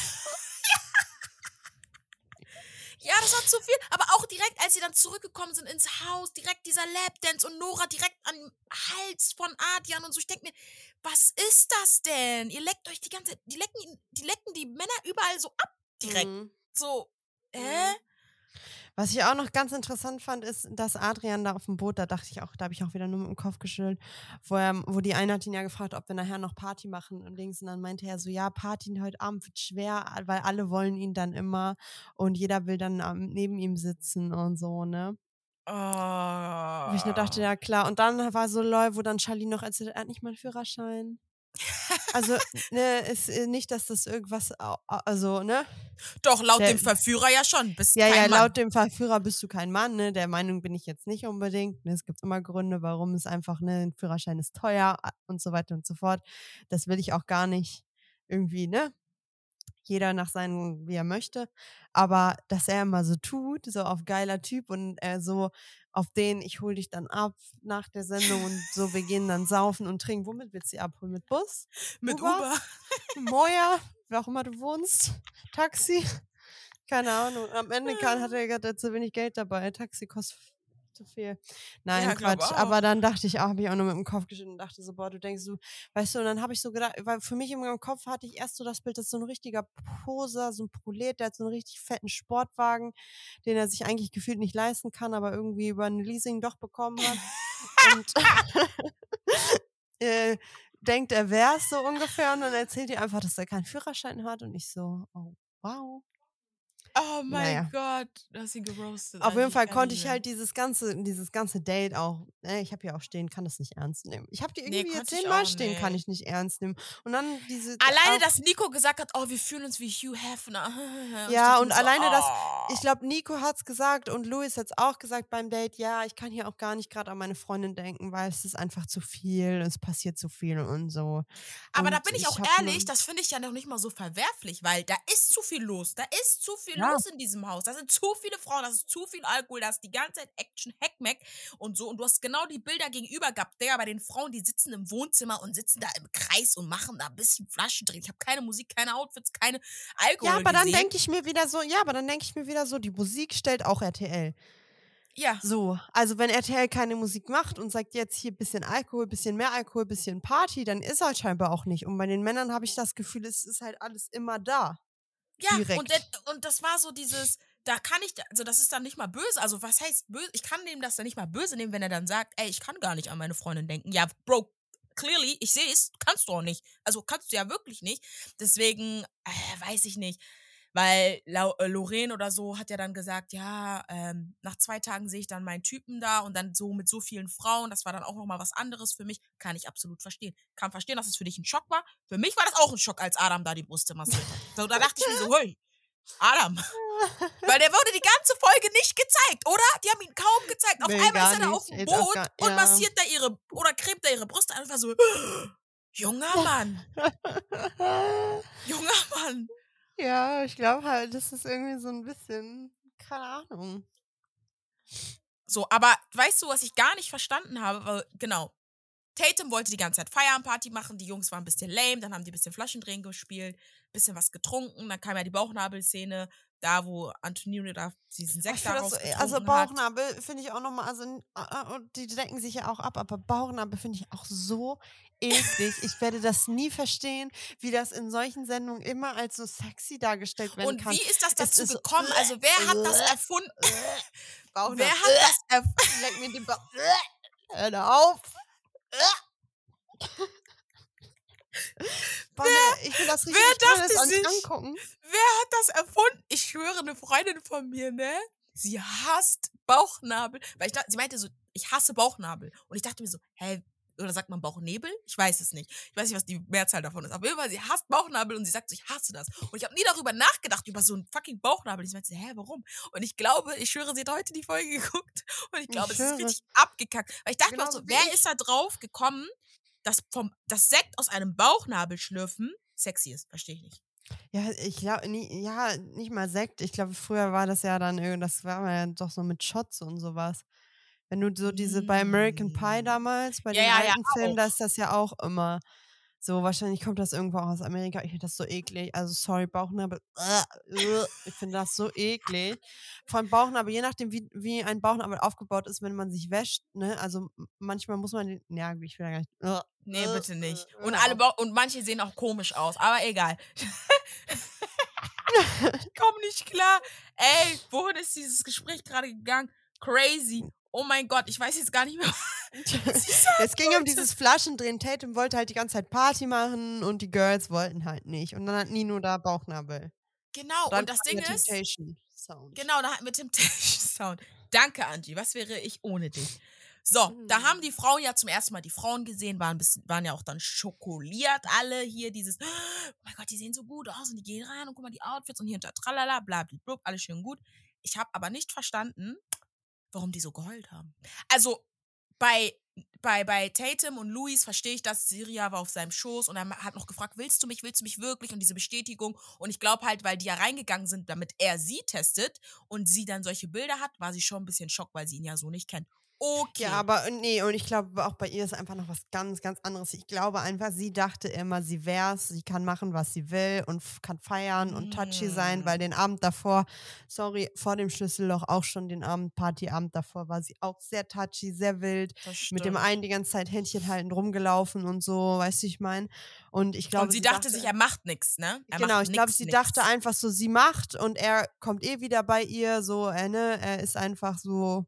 Ja, das war zu viel. Aber auch direkt, als sie dann zurückgekommen sind ins Haus, direkt dieser Lapdance und Nora direkt am Hals von Adrian und so. Ich denke mir, was ist das denn? Ihr leckt euch die ganze Zeit, die lecken die Männer überall so ab direkt. Mhm. So, Mhm. Was ich auch noch ganz interessant fand, ist, dass Adrian da auf dem Boot, da dachte ich auch, da habe ich auch wieder nur mit dem Kopf geschüttelt, wo die eine hat ihn ja gefragt, ob wir nachher noch Party machen und Dings. Und dann meinte er so, ja, Party heute Abend wird schwer, weil alle wollen ihn dann immer und jeder will dann neben ihm sitzen und so, ne? Wo ich nur dachte, oh. ja klar. Und dann war so lol, wo dann Charlie noch erzählt, er hat nicht mal einen Führerschein. Also, ne, ist nicht, dass das irgendwas, also, ne? Doch, laut Der, dem Verführer ja schon. Bist Ja, ja, kein Mann. laut dem Verführer bist du kein Mann, ne? Der Meinung bin ich jetzt nicht unbedingt, ne? Es gibt immer Gründe, warum es einfach, ne, 'n Führerschein ist teuer und so weiter und so fort. Das will ich auch gar nicht irgendwie, ne? Jeder nach seinen wie er möchte. Aber dass er immer so tut, so auf geiler Typ und, so auf den: „Ich hole dich dann ab nach der Sendung und so, wir gehen dann saufen und trinken.“ Womit willst du sie abholen? Mit Bus? Mit Uber? Uber. Moja? Wo auch immer du wohnst? Taxi? Keine Ahnung. Am Ende hat er gesagt, er hat zu wenig Geld dabei. Taxi kostet zu viel. Nein, Ja, glaube Quatsch. auch. Aber dann dachte ich habe ich auch nur mit dem Kopf geschüttelt und dachte so: „Boah, du denkst so“, weißt du, und dann habe ich so gedacht, weil für mich in meinem Kopf hatte ich erst so das Bild, dass so 'n richtiger Poser, so 'n Prolet, der hat so 'n richtig fetten Sportwagen, den er sich eigentlich gefühlt nicht leisten kann, aber irgendwie über 'n Leasing doch bekommen hat und, äh, denkt, er wär's so ungefähr und dann erzählt die einfach, dass er keinen Führerschein hat und ich so: „Oh, wow.“ Oh Na mein ja. Gott, du hast ihn geroastet Auf jeden eigentlich, Fall kann konnte nicht ich mehr. halt dieses ganze Date auch, ich habe hier auch stehen, kann das nicht ernst nehmen. Ich habe die Ne, irgendwie jetzt konnte ich 10-mal auch stehen, kann nicht. ich nicht ernst nehmen. Und dann diese Alleine, auch dass Nico gesagt hat: „Oh, wir fühlen uns wie Hugh Hefner.“ Und ich ja, dachte mir und so: alleine das ich „Oh.“ glaube, Nico hat's gesagt und Louis hat's auch gesagt beim Date: „Ja, ich kann hier auch gar nicht grad an meine Freundin denken, weil es ist einfach zu viel, es passiert zu viel und so.“ Aber da Und bin ich auch ich habe ehrlich, nur das finde ich ja noch nicht mal so verwerflich, weil da ist zu viel los. Da ist zu viel ja. los in diesem Haus. Da sind zu viele Frauen, da ist zu viel Alkohol, da ist die ganze Zeit Action, Heckmeck und so. Und du hast genau die Bilder gegenüber gehabt, Digga, bei den Frauen, die sitzen im Wohnzimmer und sitzen da im Kreis und machen da ein bisschen Flaschen drehen. Ich habe keine Musik, keine Outfits, keine Alkohol gesehen. Aber dann denke ich mir wieder so, die Musik stellt auch RTL. Ja, So, also wenn RTL keine Musik macht und sagt jetzt hier bisschen Alkohol, bisschen mehr Alkohol, bisschen Party, dann ist halt scheinbar auch nicht. Und bei den Männern habe ich das Gefühl, es ist halt alles immer da, ja, direkt. und das war so dieses, da kann ich, also das ist dann nicht mal böse. Also was heißt böse? Ich kann dem das dann nicht mal böse nehmen, wenn er dann sagt, ey, ich kann gar nicht an meine Freundin denken. Ja, Bro, clearly, ich sehe es, kannst du auch nicht. Also kannst du ja wirklich nicht. Deswegen, weiß ich nicht. Weil Lorraine oder so hat ja dann gesagt, ja, nach 2 Tagen sehe ich dann meinen Typen da und dann so mit so vielen Frauen, das war dann auch nochmal was anderes für mich. Kann ich absolut verstehen. Kann verstehen, dass es für dich ein Schock war. Für mich war das auch ein Schock, als Adam da die Brüste massiert hat. So, da dachte ich mir so, hey, Adam. Weil der wurde die ganze Folge nicht gezeigt, oder? Die haben ihn kaum gezeigt. Auf Ne, einmal ist gar er da auf nicht. dem Ey, auch Boot gar und ja. massiert da oder cremt da ihre Brüste einfach so. Junger Mann. Junger Mann. Ja, ich glaube halt, das ist irgendwie so ein bisschen keine Ahnung. So, aber weißt du, was ich gar nicht verstanden habe? Weil, genau, Tatum wollte die ganze Zeit Feierabendparty machen, die Jungs waren ein bisschen lame, dann haben die ein bisschen Flaschendrehen gespielt, bisschen was getrunken, dann kam ja die Bauchnabelszene, da wo Antonino da diesen Aber ich Sekt finde das daraus so, also getrunken hat. Bauchnabel finde ich auch nochmal, also und die decken sich ja auch ab, aber Bauchnabel finde ich auch so eklig. Ich werde das nie verstehen, wie das in solchen Sendungen immer als so sexy dargestellt werden Und kann. wie ist das Es dazu ist so, gekommen? Also, wer hat das erfunden? Wer Bauchnabel. hat das erfunden? Leck mir den Bauch. Hör auf. Boah, nee, ich finde das richtig, wer ich kann mir das dachte auch nicht sich, angucken. wer hat das erfunden? Ich schwöre, eine Freundin von mir, ne? Sie hasst Bauchnabel. Weil ich dachte, sie meinte so, ich hasse Bauchnabel. Und ich dachte mir so, hä, oder sagt man Bauchnebel? Ich weiß es nicht. Ich weiß nicht, was die Mehrzahl davon ist. Auf jeden Fall, sie hasst Bauchnabel und sie sagt so, ich hasse das. Und ich habe nie darüber nachgedacht, über so einen fucking Bauchnabel. Ich meinte, hä, warum? Und ich glaube, ich schwöre, sie hat heute die Folge geguckt. Und ich glaube, Ich es ist schwöre. richtig abgekackt. Weil ich dachte mir auch Genauso so, wie wer ich. ist da drauf gekommen, dass das Sekt aus einem Bauchnabel schlürfen sexy ist? Verstehe ich nicht. Ja, ich glaube, ja, nicht mal Sekt. Ich glaube, früher war das ja dann, das war ja doch so mit Shots und sowas. Wenn du so bei American Pie damals, bei Ja, den ja, ja, alten Filmen, da auch. ist das ja auch immer so. Wahrscheinlich kommt das irgendwo auch aus Amerika. Ich finde das so eklig. Also, sorry, Bauchnabel. Ich finde das so eklig. Vor allem Bauchnabel, je nachdem, wie ein Bauchnabel aufgebaut ist, wenn man sich wäscht, ne? Also, manchmal muss man den, ja, ich will da gar nicht. Nee, bitte nicht. Und Hör auf. und manche sehen auch komisch aus, aber egal. Ich komm nicht klar. Ey, wohin ist dieses Gespräch gerade gegangen? Crazy. Oh mein Gott, ich weiß jetzt gar nicht mehr. Es ging um dieses Flaschendrehen. Tatum wollte halt die ganze Zeit Party machen und die Girls wollten halt nicht. Und dann hat Nino da Bauchnabel. Genau, Dann und das kam Ding der ist, Temptation Sound. genau, da hatten wir Temptation Sound. Danke, Angie. Was wäre ich ohne dich? So, da haben die Frauen ja zum ersten Mal die Frauen gesehen, waren ja auch dann schokoliert alle hier, dieses, oh mein Gott, die sehen so gut aus und die gehen rein und guck mal die Outfits und hier und da, tralala, blablabla, alles schön gut. Ich habe aber nicht verstanden, warum die so geheult haben. Also, bei Tatum und Louis verstehe ich das, Syria war auf seinem Schoß und er hat noch gefragt, willst du mich wirklich? Und diese Bestätigung. Und ich glaube halt, weil die ja reingegangen sind, damit er sie testet und sie dann solche Bilder hat, war sie schon ein bisschen schockt, weil sie ihn ja so nicht kennt. Okay. Ja, aber nee, und ich glaube, auch bei ihr ist einfach noch was ganz, ganz anderes. Ich glaube einfach, sie dachte immer, sie wär's, sie kann machen, was sie will und kann feiern und touchy sein, weil den Abend davor, sorry, vor dem Schlüsselloch auch schon den Partyabend davor war sie auch sehr touchy, sehr wild, mit dem einen die ganze Zeit Händchen halten rumgelaufen und so, weißt du, ich meine. Und ich glaube, Und sie dachte sich, er macht nichts, ne? Genau, ich glaube, sie dachte einfach so, sie macht und er kommt wieder bei ihr, so, er ist einfach so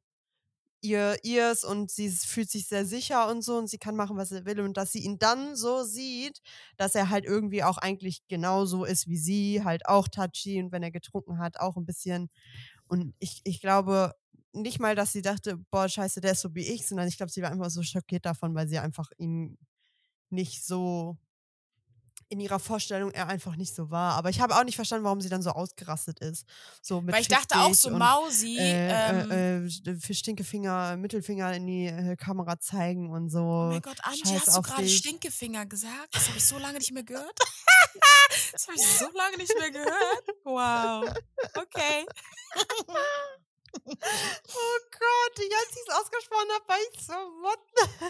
ihrs und sie fühlt sich sehr sicher und so und sie kann machen, was er will und dass sie ihn dann so sieht, dass er halt irgendwie auch eigentlich genauso ist wie sie, halt auch touchy und wenn er getrunken hat, auch ein bisschen und ich glaube nicht mal, dass sie dachte, boah, scheiße, der ist so wie ich, sondern ich glaube, sie war einfach so schockiert davon, weil sie einfach ihn nicht so in ihrer Vorstellung er einfach nicht so war. Aber ich habe auch nicht verstanden, warum sie dann so ausgerastet ist. So mit Weil ich Fick dachte auch dich so, und Mausi, für Stinkefinger, Mittelfinger in die Kamera zeigen und oh so. mein Gott, Angie, Scheiß hast du auf gerade dich. Stinkefinger gesagt? Das habe ich so lange nicht mehr gehört. Das habe ich so lange nicht mehr gehört. Wow. Okay. Oh Gott, als ich es ausgesprochen habe, war ich so, what?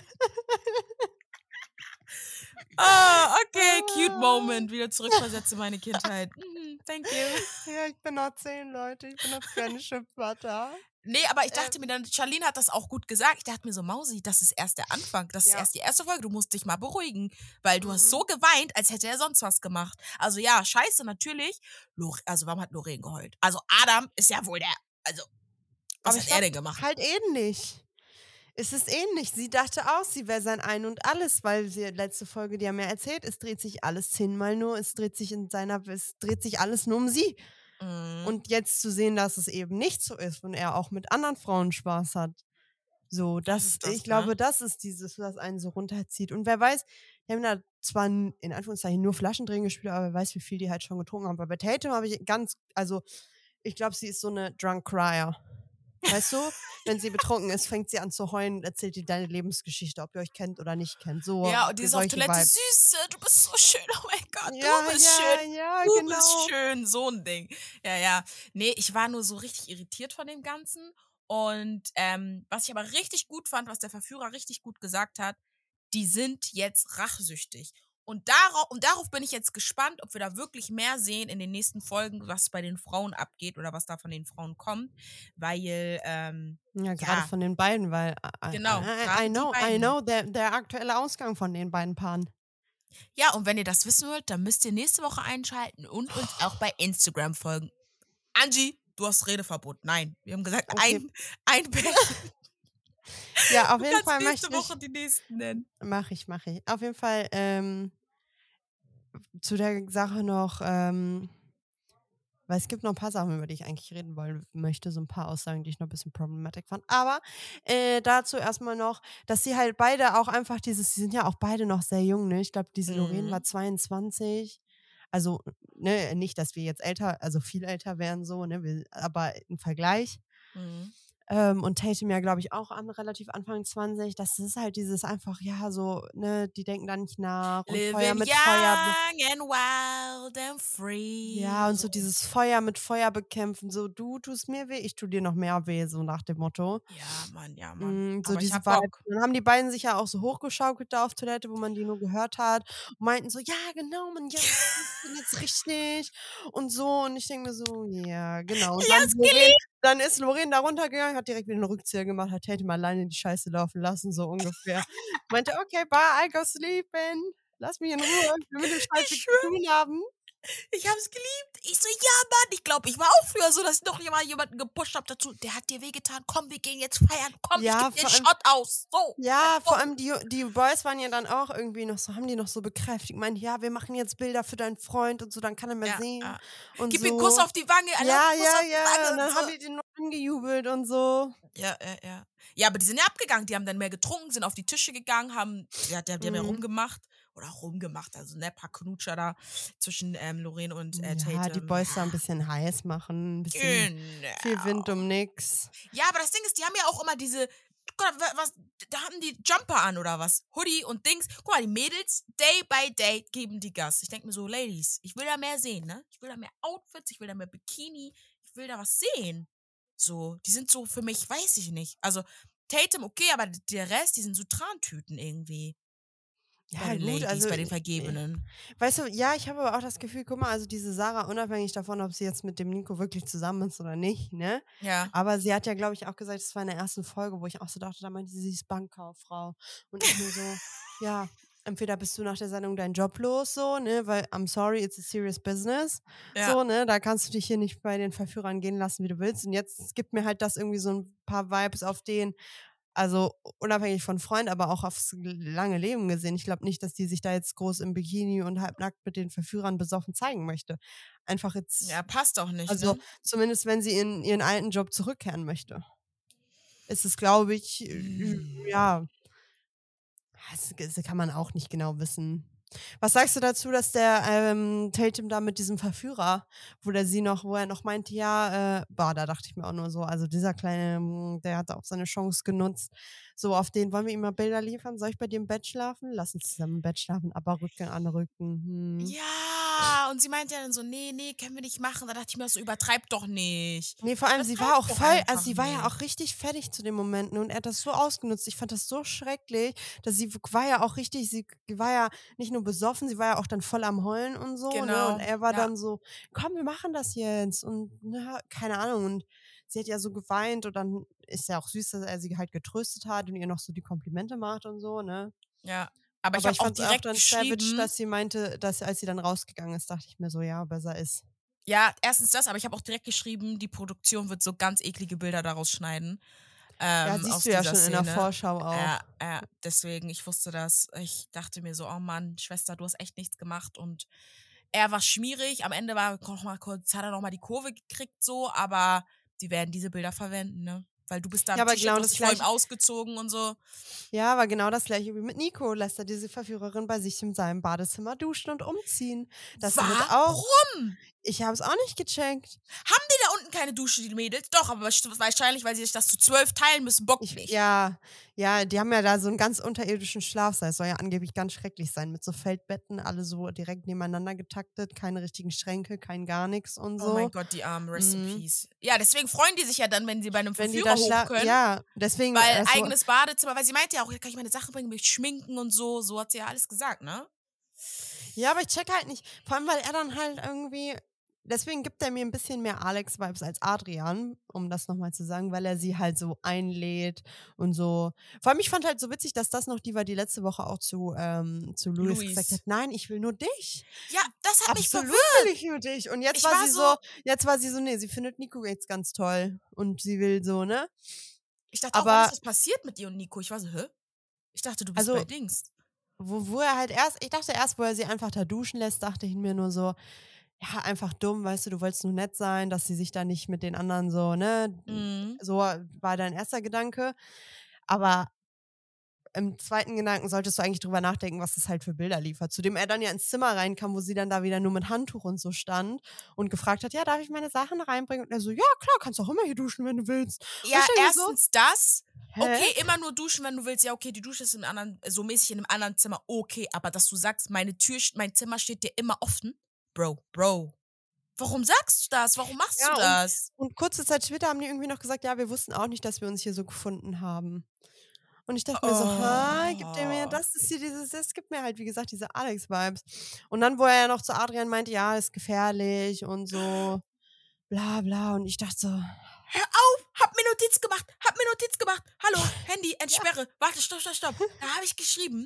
Okay, cute Moment. Wieder zurückversetze meine Kindheit. Thank you. Ja, ich bin noch 10, Leute. Ich bin noch keine Schimpfwörter. Nee, aber ich dachte mir dann, Charlene hat das auch gut gesagt. Ich dachte mir so, Mausi, das ist erst der Anfang. Das ist erst die erste Folge. Du musst dich mal beruhigen. Weil du hast so geweint, als hätte er sonst was gemacht. Also ja, scheiße, natürlich. Also warum hat Lorraine geheult? Also Adam ist ja wohl der, also was Aber hat er denn gemacht? halt ähnlich. Es ist ähnlich. Sie dachte auch, sie wäre sein Ein und Alles, weil sie letzte Folge, die haben ja erzählt, es dreht sich alles 10-mal nur, es dreht sich alles nur um sie. Und jetzt zu sehen, dass es eben nicht so ist und er auch mit anderen Frauen Spaß hat. So, ich glaube, das ist dieses, was einen so runterzieht. Und wer weiß, die haben da zwar in Anführungszeichen nur Flaschendrehen gespielt, aber wer weiß, wie viel die halt schon getrunken haben. Aber bei Tatum habe ich ich glaube, sie ist so eine Drunk Crier. Weißt du, wenn sie betrunken ist, fängt sie an zu heulen und erzählt dir deine Lebensgeschichte, ob ihr euch kennt oder nicht kennt. So, Ja, und dieses auf Toilette, Vibes. Süße, du bist so schön, oh mein Gott, Ja, du bist schön. ja, Du genau. bist schön, so ein Ding. Ja, ja. Nee, ich war nur so richtig irritiert von dem Ganzen. Und was ich aber richtig gut fand, was der Verführer richtig gut gesagt hat, die sind jetzt rachsüchtig. Und darauf bin ich jetzt gespannt, ob wir da wirklich mehr sehen in den nächsten Folgen, was bei den Frauen abgeht oder was da von den Frauen kommt. Weil, Ja, gerade von den beiden, weil genau, I gerade die know, beiden. der aktuelle Ausgang von den beiden Paaren. Ja, und wenn ihr das wissen wollt, dann müsst ihr nächste Woche einschalten und uns auch bei Instagram folgen. Angie, du hast Redeverbot. Nein, wir haben gesagt, Okay. ein Pärchen. Ja, auf Du jeden kannst Fall nächste möchte Woche die nächsten nennen. Mach ich. Auf jeden Fall zu der Sache noch, weil es gibt noch ein paar Sachen, über die ich eigentlich reden wollen möchte, so ein paar Aussagen, die ich noch ein bisschen problematic fand. Aber dazu erstmal noch, dass sie halt beide auch einfach sie sind ja auch beide noch sehr jung, ne? Ich glaube, diese Lorraine war 22. Also, ne, nicht, dass wir jetzt viel älter wären so, ne, aber im Vergleich. Mhm. Und Tatum ja, glaube ich, auch relativ Anfang 20. Das ist halt dieses einfach, ja, so, ne, die denken da nicht nach und Feuer Living mit young Feuer. and wild and free. Ja, und so dieses Feuer mit Feuer bekämpfen, so du tust mir weh, ich tu dir noch mehr weh, so nach dem Motto. Ja, Mann. So Aber ich diese hab Vibe. Bock. Dann haben die beiden sich ja auch so hochgeschaukelt da auf Toilette, wo man die nur gehört hat und meinten so, ja, genau, man, ja, ich bin jetzt richtig und so. Und ich denke mir so, ja, genau. Und Ich hab's dann ist Lorraine da runtergegangen, hat direkt wieder einen Rückzieher gemacht, hat Tatum alleine die Scheiße laufen lassen, so ungefähr. Meinte, okay, bye, I go sleeping. Lass mich in Ruhe, ich will mit dem Scheiß Ich nichts zu tun haben. Ich hab's geliebt. Ich so, ja, Mann. Ich glaube, ich war auch früher so, dass ich noch jemanden gepusht habe dazu. Der hat dir wehgetan. Komm, wir gehen jetzt feiern. Komm, Ja, ich geb dir vor allem- Shot aus. So. Ja, let's go. vor allem die Boys waren ja dann auch irgendwie noch so, haben die noch so bekräftigt, meinen, ja, wir machen jetzt Bilder für deinen Freund und so, dann kann er mehr sehen. Ja. Und Gib so. ihm einen Kuss auf die Wange. Ja, Kuss auf die Wange und dann und haben so. die den nur angejubelt und so. Ja. Ja, aber die sind ja abgegangen. Die haben dann mehr getrunken, sind auf die Tische gegangen, die haben ja rumgemacht. Oder rumgemacht, also ne, paar Knutscher da zwischen Lorraine und Tatum. Ja, die Boys da ein bisschen heiß machen, ein bisschen viel Wind um nix. Ja, aber das Ding ist, die haben ja auch immer diese, guck mal, da haben die Jumper an oder was? Hoodie und Dings. Guck mal, die Mädels, day by day, geben die Gas. Ich denke mir so, Ladies, ich will da mehr sehen, ne? Ich will da mehr Outfits, ich will da mehr Bikini, ich will da was sehen. So, die sind so für mich, weiß ich nicht. Also, Tatum, okay, aber der Rest, die sind so Trantüten irgendwie. Ja, Bei den gut, Ladies, also bei den Vergebenen. weißt du, ja, ich habe aber auch das Gefühl, guck mal, also diese Sarah, unabhängig davon, ob sie jetzt mit dem Nico wirklich zusammen ist oder nicht, ne? Ja. Aber sie hat ja, glaube ich, auch gesagt, es war in der ersten Folge, wo ich auch so dachte, da meinte sie ist Bankkauffrau. Und ich mir so, ja, entweder bist du nach der Sendung deinen Job los, so, ne, weil I'm sorry, it's a serious business. Ja. So, ne, da kannst du dich hier nicht bei den Verführern gehen lassen, wie du willst. Und jetzt gibt mir halt das irgendwie so ein paar Vibes auf den, also unabhängig von Freund, aber auch aufs lange Leben gesehen. Ich glaube nicht, dass die sich da jetzt groß im Bikini und halbnackt mit den Verführern besoffen zeigen möchte. Einfach jetzt, Ja, passt auch nicht, also ne? zumindest wenn sie in ihren alten Job zurückkehren möchte. Ist es, glaube ich, ja, das kann man auch nicht genau wissen. Was sagst du dazu, dass der Tatum da mit diesem Verführer, wo er noch meinte, ja, da dachte ich mir auch nur so, also dieser kleine, der hat auch seine Chance genutzt. So, auf den wollen wir ihm mal Bilder liefern. Soll ich bei dir im Bett schlafen? Lass uns zusammen im Bett schlafen, aber Rücken an Rücken. Ja, und sie meinte ja dann so, nee, können wir nicht machen. Da dachte ich mir so, übertreib doch nicht. Nee, vor allem, sie war Übertreib auch doch voll, einfach also sie war ja nicht. auch richtig fertig zu dem Moment, ne, und er hat das so ausgenutzt. Ich fand das so schrecklich, dass sie war ja auch richtig, sie war ja nicht nur besoffen, sie war ja auch dann voll am Heulen und so, ne, Genau, und er war ja. dann so, komm, wir machen das jetzt und, ne, keine Ahnung, und sie hat ja so geweint und dann ist ja auch süß, dass er sie halt getröstet hat und ihr noch so die Komplimente macht und so, ne. Ja, aber ich Aber habe ich auch fand's auch direkt dann savage, geschrieben, dass sie meinte, dass als sie dann rausgegangen ist, dachte ich mir so, ja, besser ist. ja, erstens das, aber ich habe auch direkt geschrieben, die Produktion wird so ganz eklige Bilder daraus schneiden. Ja, Aus siehst du ja dieser schon in der Szene. Vorschau auch. Deswegen, ich wusste das. Ich dachte mir so, oh Mann, Schwester, du hast echt nichts gemacht. Und er war schmierig. Am Ende hat er noch mal die Kurve gekriegt, so, aber die werden diese Bilder verwenden, ne? Weil du bist da Ja, im aber T-Shirt, genau du hast das dich vor ihm Gleiche. ausgezogen und so. Ja, aber genau das gleiche wie mit Nico. Lässt er diese Verführerin bei sich in seinem Badezimmer duschen und umziehen. Das wird auch. Warum? Ich habe es auch nicht gecheckt. Haben die da unten hatten keine Dusche, die Mädels. Doch, aber wahrscheinlich, weil sie sich das zu 12 teilen müssen, bockt nicht. Ja, die haben ja da so einen ganz unterirdischen Schlafsaal. Es soll ja angeblich ganz schrecklich sein mit so Feldbetten, alle so direkt nebeneinander getaktet, keine richtigen Schränke, kein gar nichts und Oh mein so. Gott, die armen, rest in Mhm. peace. Ja, deswegen freuen die sich ja dann, wenn sie bei einem Wenn die Verführer da hoch können. ja, deswegen Weil eigenes Badezimmer, weil sie meinte ja auch, hier kann ich meine Sachen bringen, mich schminken und so. So hat sie ja alles gesagt, ne? ja, aber ich check halt nicht, vor allem, weil er dann halt irgendwie deswegen gibt er mir ein bisschen mehr Alex-Vibes als Adrian, um das nochmal zu sagen, weil er sie halt so einlädt und so. Vor allem, ich fand halt so witzig, dass das noch die war, die letzte Woche auch zu Luis gesagt hat, nein, ich will nur dich. Ja, das hat mich Absolut verwirrt. will ich nur dich. Und jetzt Ich war war sie so, nee, sie findet Nico jetzt ganz toll. Und sie will so, ne? Ich dachte auch, wann ist das passiert mit ihr und Nico? Ich war so, hä? Ich dachte, du bist Also, bei Dings. wo er halt ich dachte erst, wo er sie einfach da duschen lässt, dachte ich mir nur so, ja, einfach dumm, weißt du wolltest nur nett sein, dass sie sich da nicht mit den anderen so, ne? Mhm. So war dein erster Gedanke. Aber im zweiten Gedanken solltest du eigentlich drüber nachdenken, was das halt für Bilder liefert. Zudem er dann ja ins Zimmer reinkam, wo sie dann da wieder nur mit Handtuch und so stand und gefragt hat, ja, darf ich meine Sachen reinbringen? Und er so, ja, klar, kannst auch immer hier duschen, wenn du willst. Ja, ich denke erstens das. Hä? Okay, immer nur duschen, wenn du willst. Ja, okay, die Dusche ist so mäßig in einem anderen Zimmer. Okay, aber dass du sagst, mein Zimmer steht dir immer offen. Bro. Warum sagst du das? Warum machst du das? Und kurze Zeit später haben die irgendwie noch gesagt, ja, wir wussten auch nicht, dass wir uns hier so gefunden haben. Und ich dachte mir so, gibt der mir, das gibt mir halt, wie gesagt, diese Alex-Vibes. Und dann, wo er ja noch zu Adrian meinte, ja, ist gefährlich und so, bla bla. Und ich dachte so, Hör auf! Hab mir Notiz gemacht. Hallo, Handy, entsperre. Warte, stopp. Da habe ich geschrieben.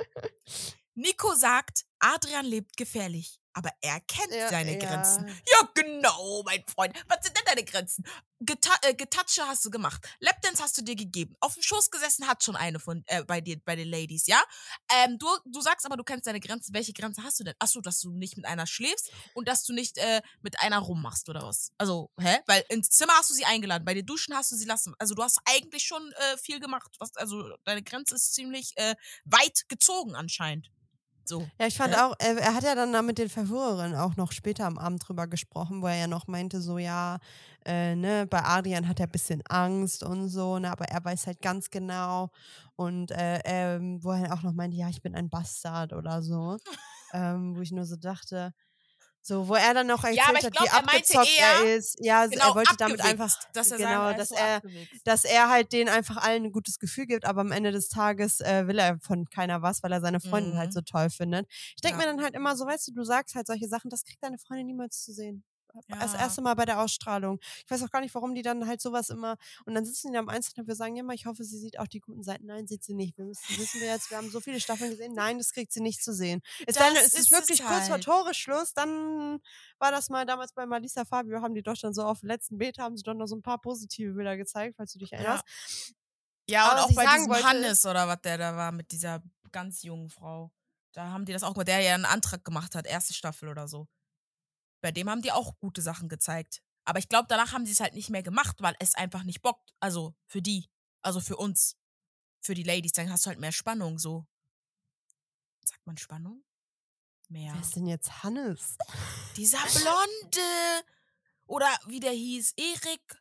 Nico sagt, Adrian lebt gefährlich, aber er kennt seine Grenzen. Ja, genau, mein Freund. Was sind denn deine Grenzen? Getatsche hast du gemacht. Lapdance hast du dir gegeben. Auf dem Schoß gesessen hat schon eine von bei den Ladies, ja? Du sagst aber, du kennst deine Grenzen. Welche Grenze hast du denn? Achso, dass du nicht mit einer schläfst und dass du nicht mit einer rummachst oder was? Also, Weil ins Zimmer hast du sie eingeladen, bei den Duschen hast du sie lassen. Also du hast eigentlich schon viel gemacht. Also deine Grenze ist ziemlich weit gezogen anscheinend. So. Ja, ich fand auch, er hat ja dann da mit den Verführerinnen auch noch später am Abend drüber gesprochen, wo er ja noch meinte, so ja, ne, bei Adrian hat er ein bisschen Angst und so, ne, aber er weiß halt ganz genau. Und wo er auch noch meinte, ja, ich bin ein Bastard oder so. Wo ich nur so dachte, so, wo er dann noch erzählt hat, wie abgezockt er ist. Ja, genau, er wollte damit einfach, dass er genau, dass er halt denen einfach allen ein gutes Gefühl gibt, aber am Ende des Tages will er von keiner was, weil er seine Freundin halt so toll findet. Ich denke mir dann halt immer so, weißt du sagst halt solche Sachen, das kriegt deine Freundin niemals zu sehen. Das erste Mal bei der Ausstrahlung. Ich weiß auch gar nicht, warum die dann halt sowas immer, und dann sitzen die am Einzelnen und wir sagen, ja, ich hoffe, sie sieht auch die guten Seiten. Nein, sieht sie nicht. Wissen wir jetzt, wir haben so viele Staffeln gesehen. Nein, das kriegt sie nicht zu sehen. Es ist wirklich kurz vor Toresschluss, dann war das mal damals bei Malisa Fabio, haben die doch dann so auf dem letzten Bild, haben sie doch noch so ein paar positive Bilder gezeigt, falls du dich erinnerst. Ja, und auch bei diesem Hannes oder was der da war mit dieser ganz jungen Frau. Da haben die das auch gemacht, der ja einen Antrag gemacht hat, erste Staffel oder so. Bei dem haben die auch gute Sachen gezeigt. Aber ich glaube, danach haben sie es halt nicht mehr gemacht, weil es einfach nicht bockt. Also für die. Also für uns. Für die Ladies. Dann hast du halt mehr Spannung so. Sagt man Spannung? Mehr. Wer ist denn jetzt Hannes? Dieser Blonde. Oder wie der hieß. Erik.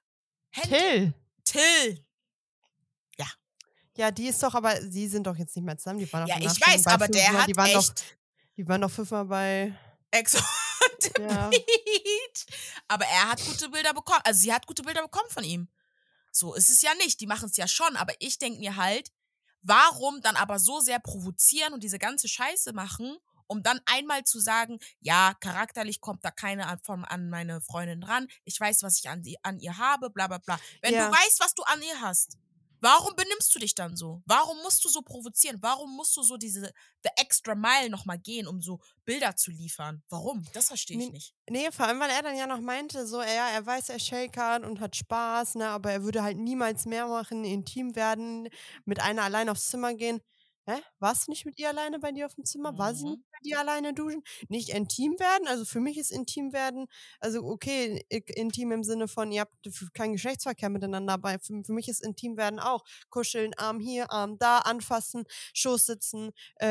Till. Ja. Ja, die ist doch, aber sie sind doch jetzt nicht mehr zusammen. Die waren ja, ich weiß, aber der hat die waren doch 5-mal bei Ex on the Beach. Aber er hat gute Bilder bekommen. Also sie hat gute Bilder bekommen von ihm. So ist es ja nicht. Die machen es ja schon. Aber ich denke mir halt, warum dann aber so sehr provozieren und diese ganze Scheiße machen, um dann einmal zu sagen, ja, charakterlich kommt da keine an meine Freundin ran. Ich weiß, was ich an ihr habe, bla bla bla. Wenn du weißt, was du an ihr hast, warum benimmst du dich dann so? Warum musst du so provozieren? Warum musst du so the extra mile nochmal gehen, um so Bilder zu liefern? Warum? Das verstehe ich nicht. Nee, vor allem, weil er dann ja noch meinte, so, er weiß, er shakert und hat Spaß, ne, aber er würde halt niemals mehr machen, intim werden, mit einer allein aufs Zimmer gehen. Hä? Warst du nicht mit ihr alleine bei dir auf dem Zimmer? War sie nicht Mhm. bei dir alleine duschen? Nicht intim werden? Also, für mich ist intim werden also, okay, intim im Sinne von, ihr habt keinen Geschlechtsverkehr miteinander, aber für mich ist intim werden auch kuscheln, Arm hier, Arm da, anfassen, Schoß sitzen,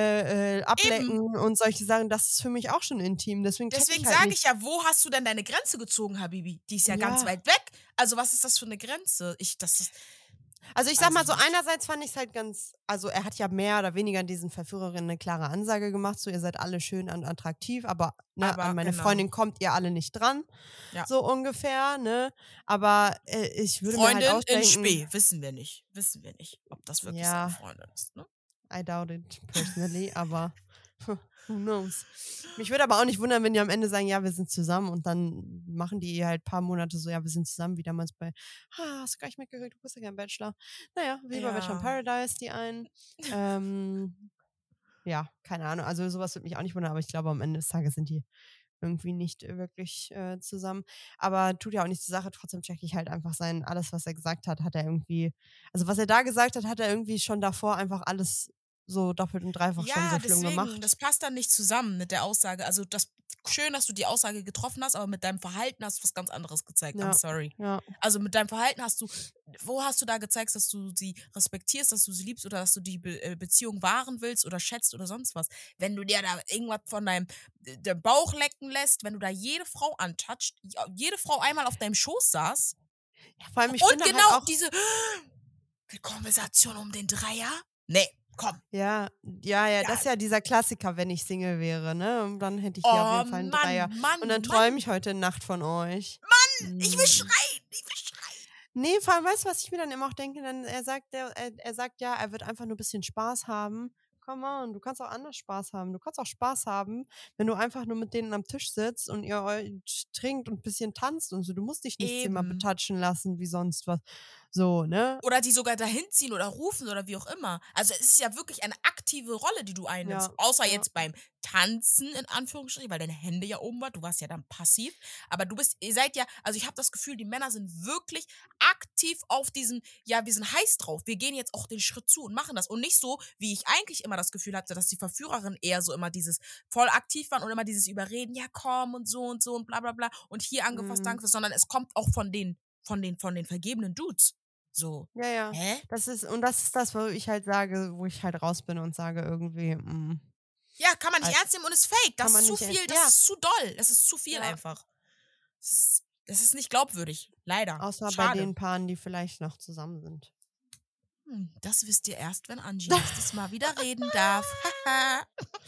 Eben. ablecken und solche Sachen. Das ist für mich auch schon intim. Deswegen checke Deswegen ich halt sage nicht ich ja, wo hast du denn deine Grenze gezogen, Habibi? Die ist ja ganz ja. weit weg. Also, was ist das für eine Grenze? Das ist Also, ich sage weiß mal ich so, nicht. einerseits fand ich's halt ganz also, er hat ja mehr oder weniger diesen Verführerinnen 'ne klare Ansage gemacht, so: „Ihr seid alle schön und attraktiv, aber, ne, an Aber meine genau, Freundin kommt ihr alle nicht dran“, ja. so ungefähr, ne? Aber, ich würde mir halt Freundin auch in denken Spe, wissen wir nicht. Wissen wir nicht, ob das wirklich seine ja, Freundin ist, ne? I doubt it personally, aber who knows? Mich würde aber auch nicht wundern, wenn die am Ende sagen: „Ja, wir sind zusammen“ und dann machen die halt paar Monate so: „Ja, wir sind zusammen“, wie damals bei hast du gar nicht mitgekriegt, du bist ja kein Bachelor. Na ja, wie bei Bachelor in Ja. Paradise die einen. Ähm, ja, keine Ahnung. Also, sowas würde mich auch nicht wundern, aber ich glaube, am Ende des Tages sind die irgendwie nicht, wirklich, zusammen. Aber tut ja auch nichts zur Sache. Trotzdem checke ich halt einfach alles, was er gesagt hat, hat er irgendwie also, was er da gesagt hat, hat er irgendwie schon davor einfach alles so doppelt und dreifach schon Ja, so schlimm deswegen, gemacht. das passt dann nicht zusammen mit der Aussage. Also, das schön, dass du die Aussage getroffen hast, aber mit deinem Verhalten hast du was ganz anderes gezeigt. I'm Ja, sorry. ja. Also, mit deinem Verhalten wo hast du da gezeigt, dass du sie respektierst, dass du sie liebst oder dass du die Beziehung wahren willst oder schätzt oder sonst was? Wenn du dir da irgendwas von deinem Bauch lecken lässt, wenn du da jede Frau antatscht, jede Frau einmal auf deinem Schoß saß Ja, vor allem, ich und finde halt genau auch diese Konversation um den Dreier? Nee, komm. ja, ja, ja, das Ja. ist ja dieser Klassiker, wenn ich Single wäre, ne? Und dann hätte ich hier auf Oh jeden Fall 'n Dreier. Mann, Und dann Mann, träume Mann. ich heute Nacht von euch. Ich will Mhm. schreien, ich will schreien. Ne, vor allem, weißt du, was ich mir dann immer auch denke? Dann er sagt ja, er wird einfach nur bisschen Spaß haben. Come on, du kannst auch anders Spaß haben. Du kannst auch Spaß haben, wenn du einfach nur mit denen am Tisch sitzt und ihr trinkt und bisschen tanzt und so. Du musst dich nicht zehnmal Eben. betatschen lassen wie sonst was. So, ne? Oder die sogar dahin ziehen oder rufen oder wie auch immer. Also, es ist ja wirklich eine aktive Rolle, die du einnimmt. Ja, Außer ja. jetzt beim Tanzen in Anführungsstrichen, weil deine Hände ja oben waren. Du warst ja dann passiv. Aber ihr seid ja also, ich habe das Gefühl, die Männer sind wirklich aktiv auf diesem ja, wir sind heiß drauf. Wir gehen jetzt auch den Schritt zu und machen das. Und nicht so, wie ich eigentlich immer das Gefühl hatte, dass die Verführerinnen eher so immer dieses voll aktiv waren und immer dieses Überreden, ja komm und so und bla bla bla und hier angefasst, Mhm. danke, sondern es kommt auch von den vergebenen Dudes. So. Ja, ja. Hä? Das ist das, wo ich halt sage wo ich halt raus bin und sage irgendwie, Ja, kann man nicht al ernst nehmen und ist fake. kann Das ist man zu nicht viel, das ja, ist zu doll. Das ist zu viel ja. einfach. Das ist nicht glaubwürdig. Leider. Außer bei Schade. den Paaren, die vielleicht noch zusammen sind. Das wisst ihr erst, wenn Angie nächstes Mal wieder reden darf. Haha.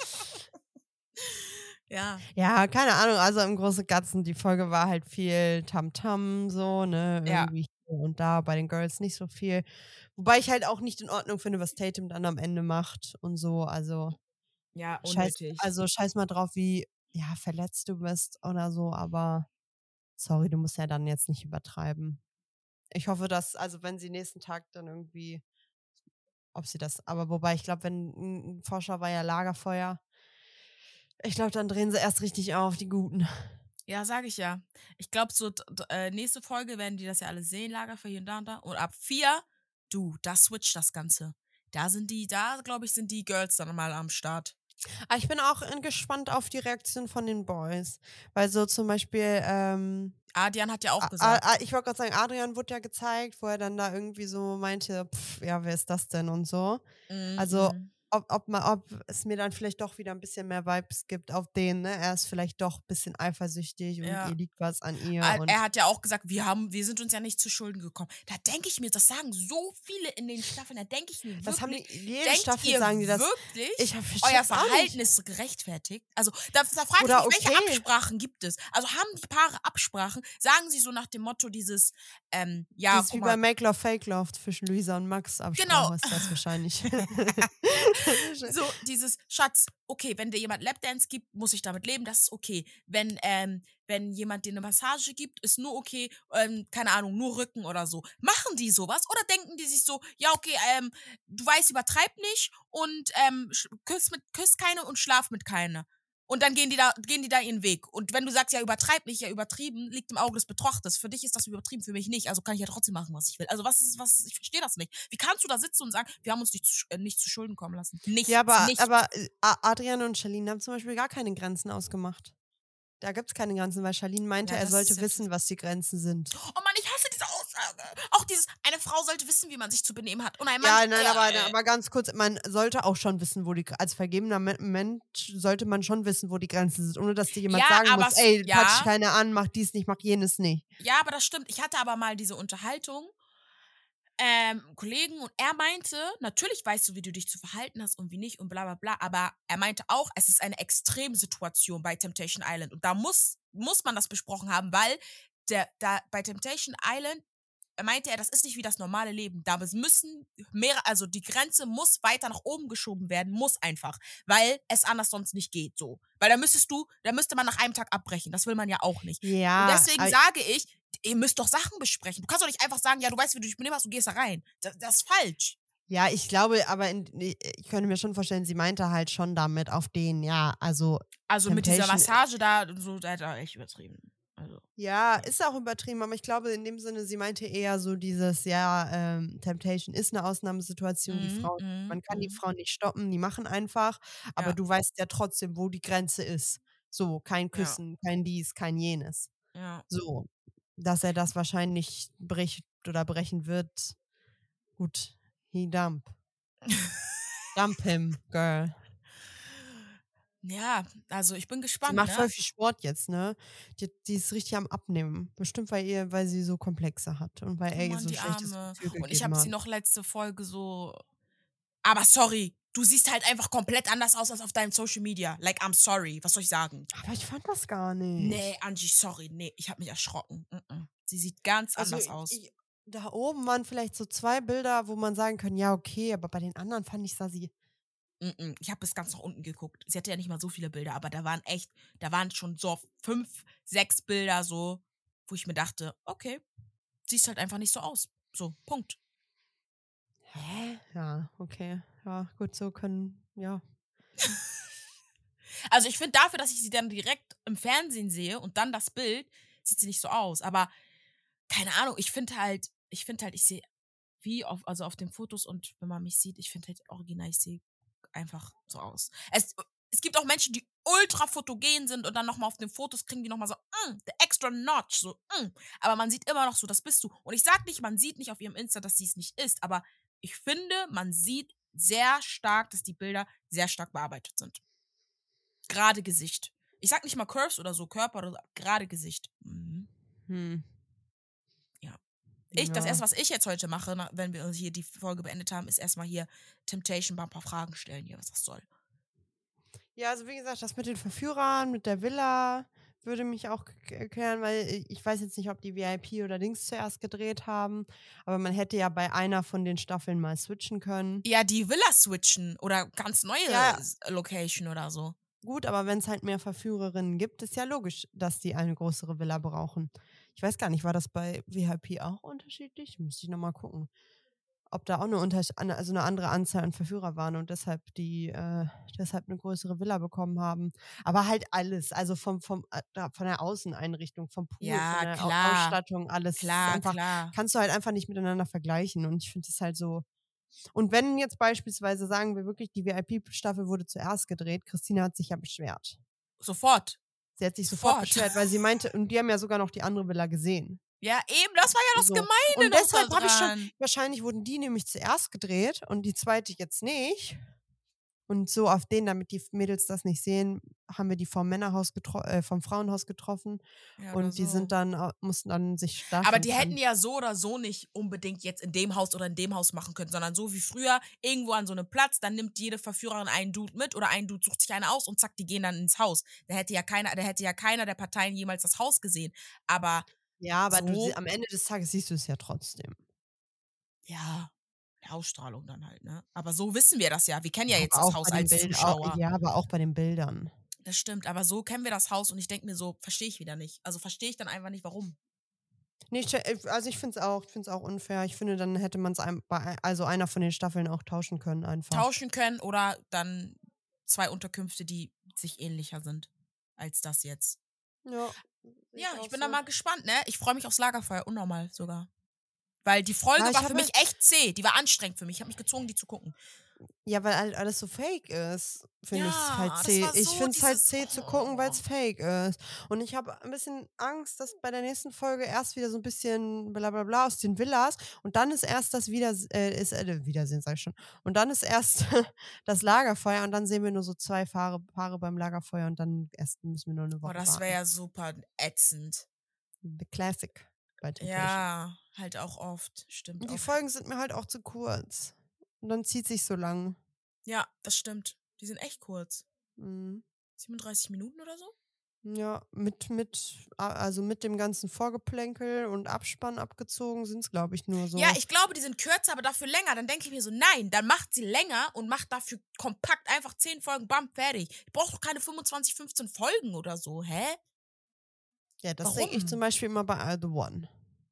Ja. Ja, keine Ahnung, also im Großen und Ganzen, die Folge war halt viel Tamtam so, ne, Ja. irgendwie hier und da, bei den Girls nicht so viel. Wobei ich halt auch nicht in Ordnung finde, was Tatum dann am Ende macht und so, also Ja, unnötig. scheiß mal drauf, wie, ja, verletzt du bist oder so, aber sorry, du musst ja dann jetzt nicht übertreiben. Ich hoffe, dass also, wenn sie nächsten Tag dann irgendwie ob sie das aber wobei ich glaube, wenn 'n Forscher war ja Lagerfeuer. Ich glaube, dann drehen sie erst richtig auf, die Guten. Ja, sage ich ja. Ich glaube, so nächste Folge werden die das ja alle sehen, Lagerfeuer hier und da und da. Und ab 4, da switcht das Ganze. Da glaube ich, sind die Girls dann mal am Start. Aber ich bin auch, gespannt auf die Reaktion von den Boys, weil so zum Beispiel, Adrian hat ja auch gesagt. ich wollte grad sagen, Adrian wurde ja gezeigt, wo er dann da irgendwie so meinte: ja, wer ist das denn?“ und so. Also, Mhm. ob es mir dann vielleicht doch wieder 'n bisschen mehr Vibes gibt auf den, ne? Er ist vielleicht doch bisschen eifersüchtig und Ja. ihr liegt was an ihr und Er hat ja auch gesagt, wir sind uns ja nicht zu Schulden gekommen. Da denke ich mir, das sagen so viele in den Staffeln, da denke ich mir das haben wirklich, die jede denkt Staffel ihr sagen die das. wirklich, Ich verstehe euer es auch Verhalten nicht. ist gerechtfertigt? Also, da frage ich Oder mich, welche okay. Absprachen gibt es? Also, haben die Paare Absprachen? Sagen sie so nach dem Motto dieses, ja, Das ist guck wie bei mal, Make Love, Fake Love zwischen Luisa und Max. genau. Absprache ist das wahrscheinlich. So, dieses Schatz, okay, wenn dir jemand Lapdance gibt, muss ich damit leben, das ist okay. Wenn jemand dir eine Massage gibt, ist nur okay, keine Ahnung, nur Rücken oder so. Machen die sowas oder denken die sich so, ja, okay, du weißt, übertreib nicht und küss keine und schlaf mit keine. Und dann gehen die da ihren Weg. Und wenn du sagst, ja, übertreib nicht, ja, übertrieben, liegt im Auge des Betrachters. Für dich ist das übertrieben, für mich nicht. Also kann ich ja trotzdem machen, was ich will. Also ich verstehe das nicht. Wie kannst du da sitzen und sagen, wir haben uns nicht zu Schulden kommen lassen? Nichts, Ja, nichts. aber Adrian und Charlene haben zum Beispiel gar keine Grenzen ausgemacht. Da gibt's keine Grenzen, weil Charlene meinte, Ja, er das sollte ist wissen, was die Grenzen sind. Oh Mann, ich hasse diese Aussage. Auch eine Frau sollte wissen, wie man sich zu benehmen hat. Und ein Mann, Ja, nein, aber ganz kurz, man sollte auch schon wissen, als vergebener Mensch sollte man schon wissen, wo die Grenzen sind, ohne dass dir jemand Ja, sagen aber muss, ey, ja. patsch keiner an, mach dies nicht, mach jenes nicht. Ja, aber das stimmt. Ich hatte aber mal diese Unterhaltung, Kollegen, und er meinte, natürlich weißt du, wie du dich zu verhalten hast und wie nicht und bla bla bla, aber er meinte auch, es ist eine Extremsituation bei Temptation Island und da muss man das besprochen haben, weil bei Temptation Island meinte er, das ist nicht wie das normale Leben. Da müssen also die Grenze muss weiter nach oben geschoben werden, muss einfach, weil es anders sonst nicht geht, so. Weil da müsste man nach einem Tag abbrechen. Das will man ja auch nicht. Ja. Und deswegen sage ich, ihr müsst doch Sachen besprechen. Du kannst doch nicht einfach sagen, ja, du weißt, wie du dich benehmen hast, du gehst da rein. Das ist falsch. Ja, ich glaube, aber ich könnte mir schon vorstellen, sie meinte halt schon damit auf den, ja, also mit dieser Temptation- Massage da, so, da hat er echt übertrieben. Also. Ja, ist auch übertrieben, aber ich glaube in dem Sinne, sie meinte eher so dieses, ja, Temptation ist eine Ausnahmesituation, man kann die Frauen nicht stoppen, die machen einfach, aber Ja. du weißt ja trotzdem, wo die Grenze ist. So, kein Küssen, kein dies, kein jenes. Ja. So, dass er das wahrscheinlich bricht oder brechen wird. Gut, he dump. Dump him, girl. Ja, also ich bin gespannt. Sie macht ne? voll viel Sport jetzt, ne? Die ist richtig am Abnehmen. Bestimmt, weil sie so Komplexe hat und weil Oh er ihr Mann, so die schlechtes Arme. Gefühl Und ich gegeben habe sie hat. noch letzte Folge so. Aber sorry, du siehst halt einfach komplett anders aus als auf deinem Social Media. Like, I'm sorry. Was soll ich sagen? Aber ich fand das gar nicht. Nee, Angie, sorry. Nee, ich habe mich erschrocken. Sie sieht ganz anders aus. Da oben waren vielleicht so 2 Bilder, wo man sagen kann, ja, okay, aber bei den anderen fand ich, sah sie. Ich habe bis ganz nach unten geguckt. Sie hatte ja nicht mal so viele Bilder, aber da waren schon so 5, 6 Bilder so, wo ich mir dachte, okay, siehst halt einfach nicht so aus. So, Punkt. Hä? Ja, okay. Ja, gut, so ja. Also ich finde dafür, dass ich sie dann direkt im Fernsehen sehe und dann das Bild, sieht sie nicht so aus. Aber keine Ahnung, ich finde halt, ich sehe auf den Fotos und wenn man mich sieht, ich finde halt original, ich sehe einfach so aus. Es gibt auch Menschen, die ultra fotogen sind und dann nochmal auf den Fotos kriegen die nochmal so, the extra notch, so, aber man sieht immer noch so, das bist du. Und ich sag nicht, man sieht nicht auf ihrem Insta, dass sie es nicht ist, aber ich finde, man sieht sehr stark, dass die Bilder sehr stark bearbeitet sind. Gerade Gesicht. Ich sag nicht mal Curves oder so, Körper oder so, gerade Gesicht. Das erste, was ich jetzt heute mache, wenn wir hier die Folge beendet haben, ist erstmal hier Temptation, mal ein paar Fragen stellen hier, was das soll. Ja, also wie gesagt, das mit den Verführern, mit der Villa würde mich auch erklären, weil ich weiß jetzt nicht, ob die VIP oder Dings zuerst gedreht haben, aber man hätte ja bei einer von den Staffeln mal switchen können. Ja, die Villa switchen oder ganz neue Location oder so. Gut, aber wenn es halt mehr Verführerinnen gibt, ist ja logisch, dass die eine größere Villa brauchen. Ich weiß gar nicht, war das bei VIP auch unterschiedlich? Müsste ich nochmal gucken. Ob da auch eine andere Anzahl an Verführer waren und deshalb deshalb eine größere Villa bekommen haben. Aber halt alles, also von der Außeneinrichtung, vom Pool, Ja, von der klar. Ausstattung, alles. Klar. Kannst du halt einfach nicht miteinander vergleichen. Und ich finde es halt so. Und wenn jetzt beispielsweise sagen wir wirklich, die VIP-Staffel wurde zuerst gedreht, Christina hat sich ja beschwert. Sofort. Sie hat sich sofort beschwert, weil sie meinte, und die haben ja sogar noch die andere Villa gesehen. Ja, eben, das war ja das Gemeine. Und deshalb habe ich schon, wahrscheinlich wurden die nämlich zuerst gedreht und die zweite jetzt nicht. Und so auf den, damit die Mädels das nicht sehen, haben wir die vom Frauenhaus getroffen. Ja, und die so. mussten dann sich starten. Aber die hätten ja so oder so nicht unbedingt jetzt in dem Haus oder in dem Haus machen können, sondern so wie früher, irgendwo an so einem Platz, dann nimmt jede Verführerin einen Dude mit oder ein Dude sucht sich eine aus und zack, die gehen dann ins Haus. Da hätte ja keiner der Parteien jemals das Haus gesehen. Aber aber so, am Ende des Tages siehst du es ja trotzdem. Ja, Ausstrahlung dann halt, ne? Aber so wissen wir das ja. Wir kennen ja jetzt das Haus als Zuschauer. Ja, aber auch bei den Bildern. Das stimmt, aber so kennen wir das Haus und ich denke mir so, verstehe ich wieder nicht. Also verstehe ich dann einfach nicht, warum. Nee, also ich finde es auch unfair. Ich finde, dann hätte man es einer von den Staffeln auch tauschen können einfach. Tauschen können oder dann 2 Unterkünfte, die sich ähnlicher sind als das jetzt. Ja. Ja, ich auch bin so. da mal gespannt, ne? Ich freue mich aufs Lagerfeuer, unnormal sogar. Weil die Folge Ja, ich war für habe mich echt zäh. Die war anstrengend für mich. Ich habe mich gezwungen, die zu gucken. Ja, weil halt alles so fake ist, finde ich es halt Ja, das zäh. war Ich so finde es halt dieses. zäh zu gucken, weil es fake ist. Und ich habe ein bisschen Angst, dass bei der nächsten Folge erst wieder so ein bisschen bla bla bla aus den Villas und dann ist erst das Wiedersehen, sag ich schon. Und dann ist erst das Lagerfeuer und dann sehen wir nur so 2 Paare beim Lagerfeuer und dann erst müssen wir nur eine Boah, Woche das wäre warten. ja super ätzend. The Classic bei Temptation. Ja, halt auch oft. Stimmt Und die auch. Folgen sind mir halt auch zu kurz. Und dann zieht sich so lang. Ja, das stimmt. Die sind echt kurz. Mhm. 37 Minuten oder so? Ja, also mit dem ganzen Vorgeplänkel und Abspann abgezogen sind es, glaube ich, nur so. Ja, ich glaube, die sind kürzer, aber dafür länger. Dann denke ich mir so, nein, dann macht sie länger und macht dafür kompakt einfach 10 Folgen, bam, fertig. Ich brauche doch keine 25, 15 Folgen oder so, hä? Ja, das denke ich zum Warum? Beispiel immer bei The One.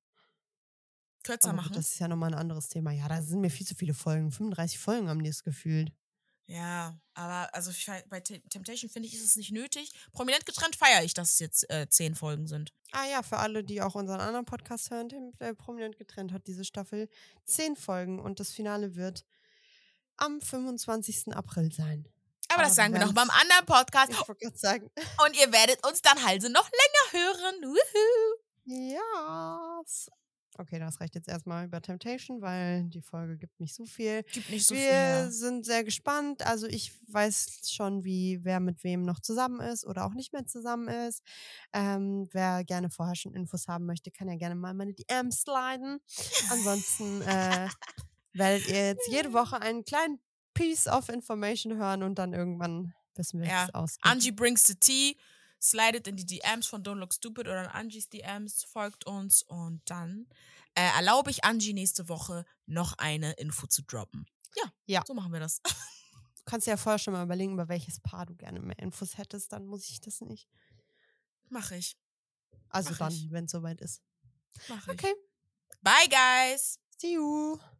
Kürzer Aber gut, machen? das ist ja nochmal ein anderes Thema. Ja, da sind mir viel zu viele Folgen. 35 Folgen haben die es gefühlt. Ja, aber also bei Temptation finde ich, ist es nicht nötig. Prominent getrennt feiere ich, dass es jetzt 10 Folgen sind. Ah ja, für alle, die auch unseren anderen Podcast hören, Prominent getrennt hat diese Staffel 10 Folgen und das Finale wird am 25. April sein. Aber das sagen wir noch beim werden's- anderen Podcast. Ich wollte gerade sagen. Und ihr werdet uns dann halt noch länger hören. Wuhu. Ja. Okay, das reicht jetzt erstmal über Temptation, weil die Folge gibt nicht so viel. Gibt nicht so viel Wir her. sind sehr gespannt. Also ich weiß schon, wer mit wem noch zusammen ist oder auch nicht mehr zusammen ist. Wer gerne vorher schon Infos haben möchte, kann ja gerne mal meine DMs sliden. Ansonsten werdet ihr jetzt jede Woche einen kleinen Piece of Information hören und dann irgendwann wissen wir, wie Ja, es ausgeht. Angie brings the tea. Slidet in die DMs von Don't Look Stupid oder in Angies DMs, folgt uns und dann erlaube ich Angie nächste Woche noch eine Info zu droppen. Ja. So machen wir das. Du kannst dir ja vorher schon mal überlegen, über welches Paar du gerne mehr Infos hättest, dann muss ich das nicht. Mache ich. Also Mach dann, ich. wenn es soweit ist. Mach ich. Okay. Bye, guys. See you.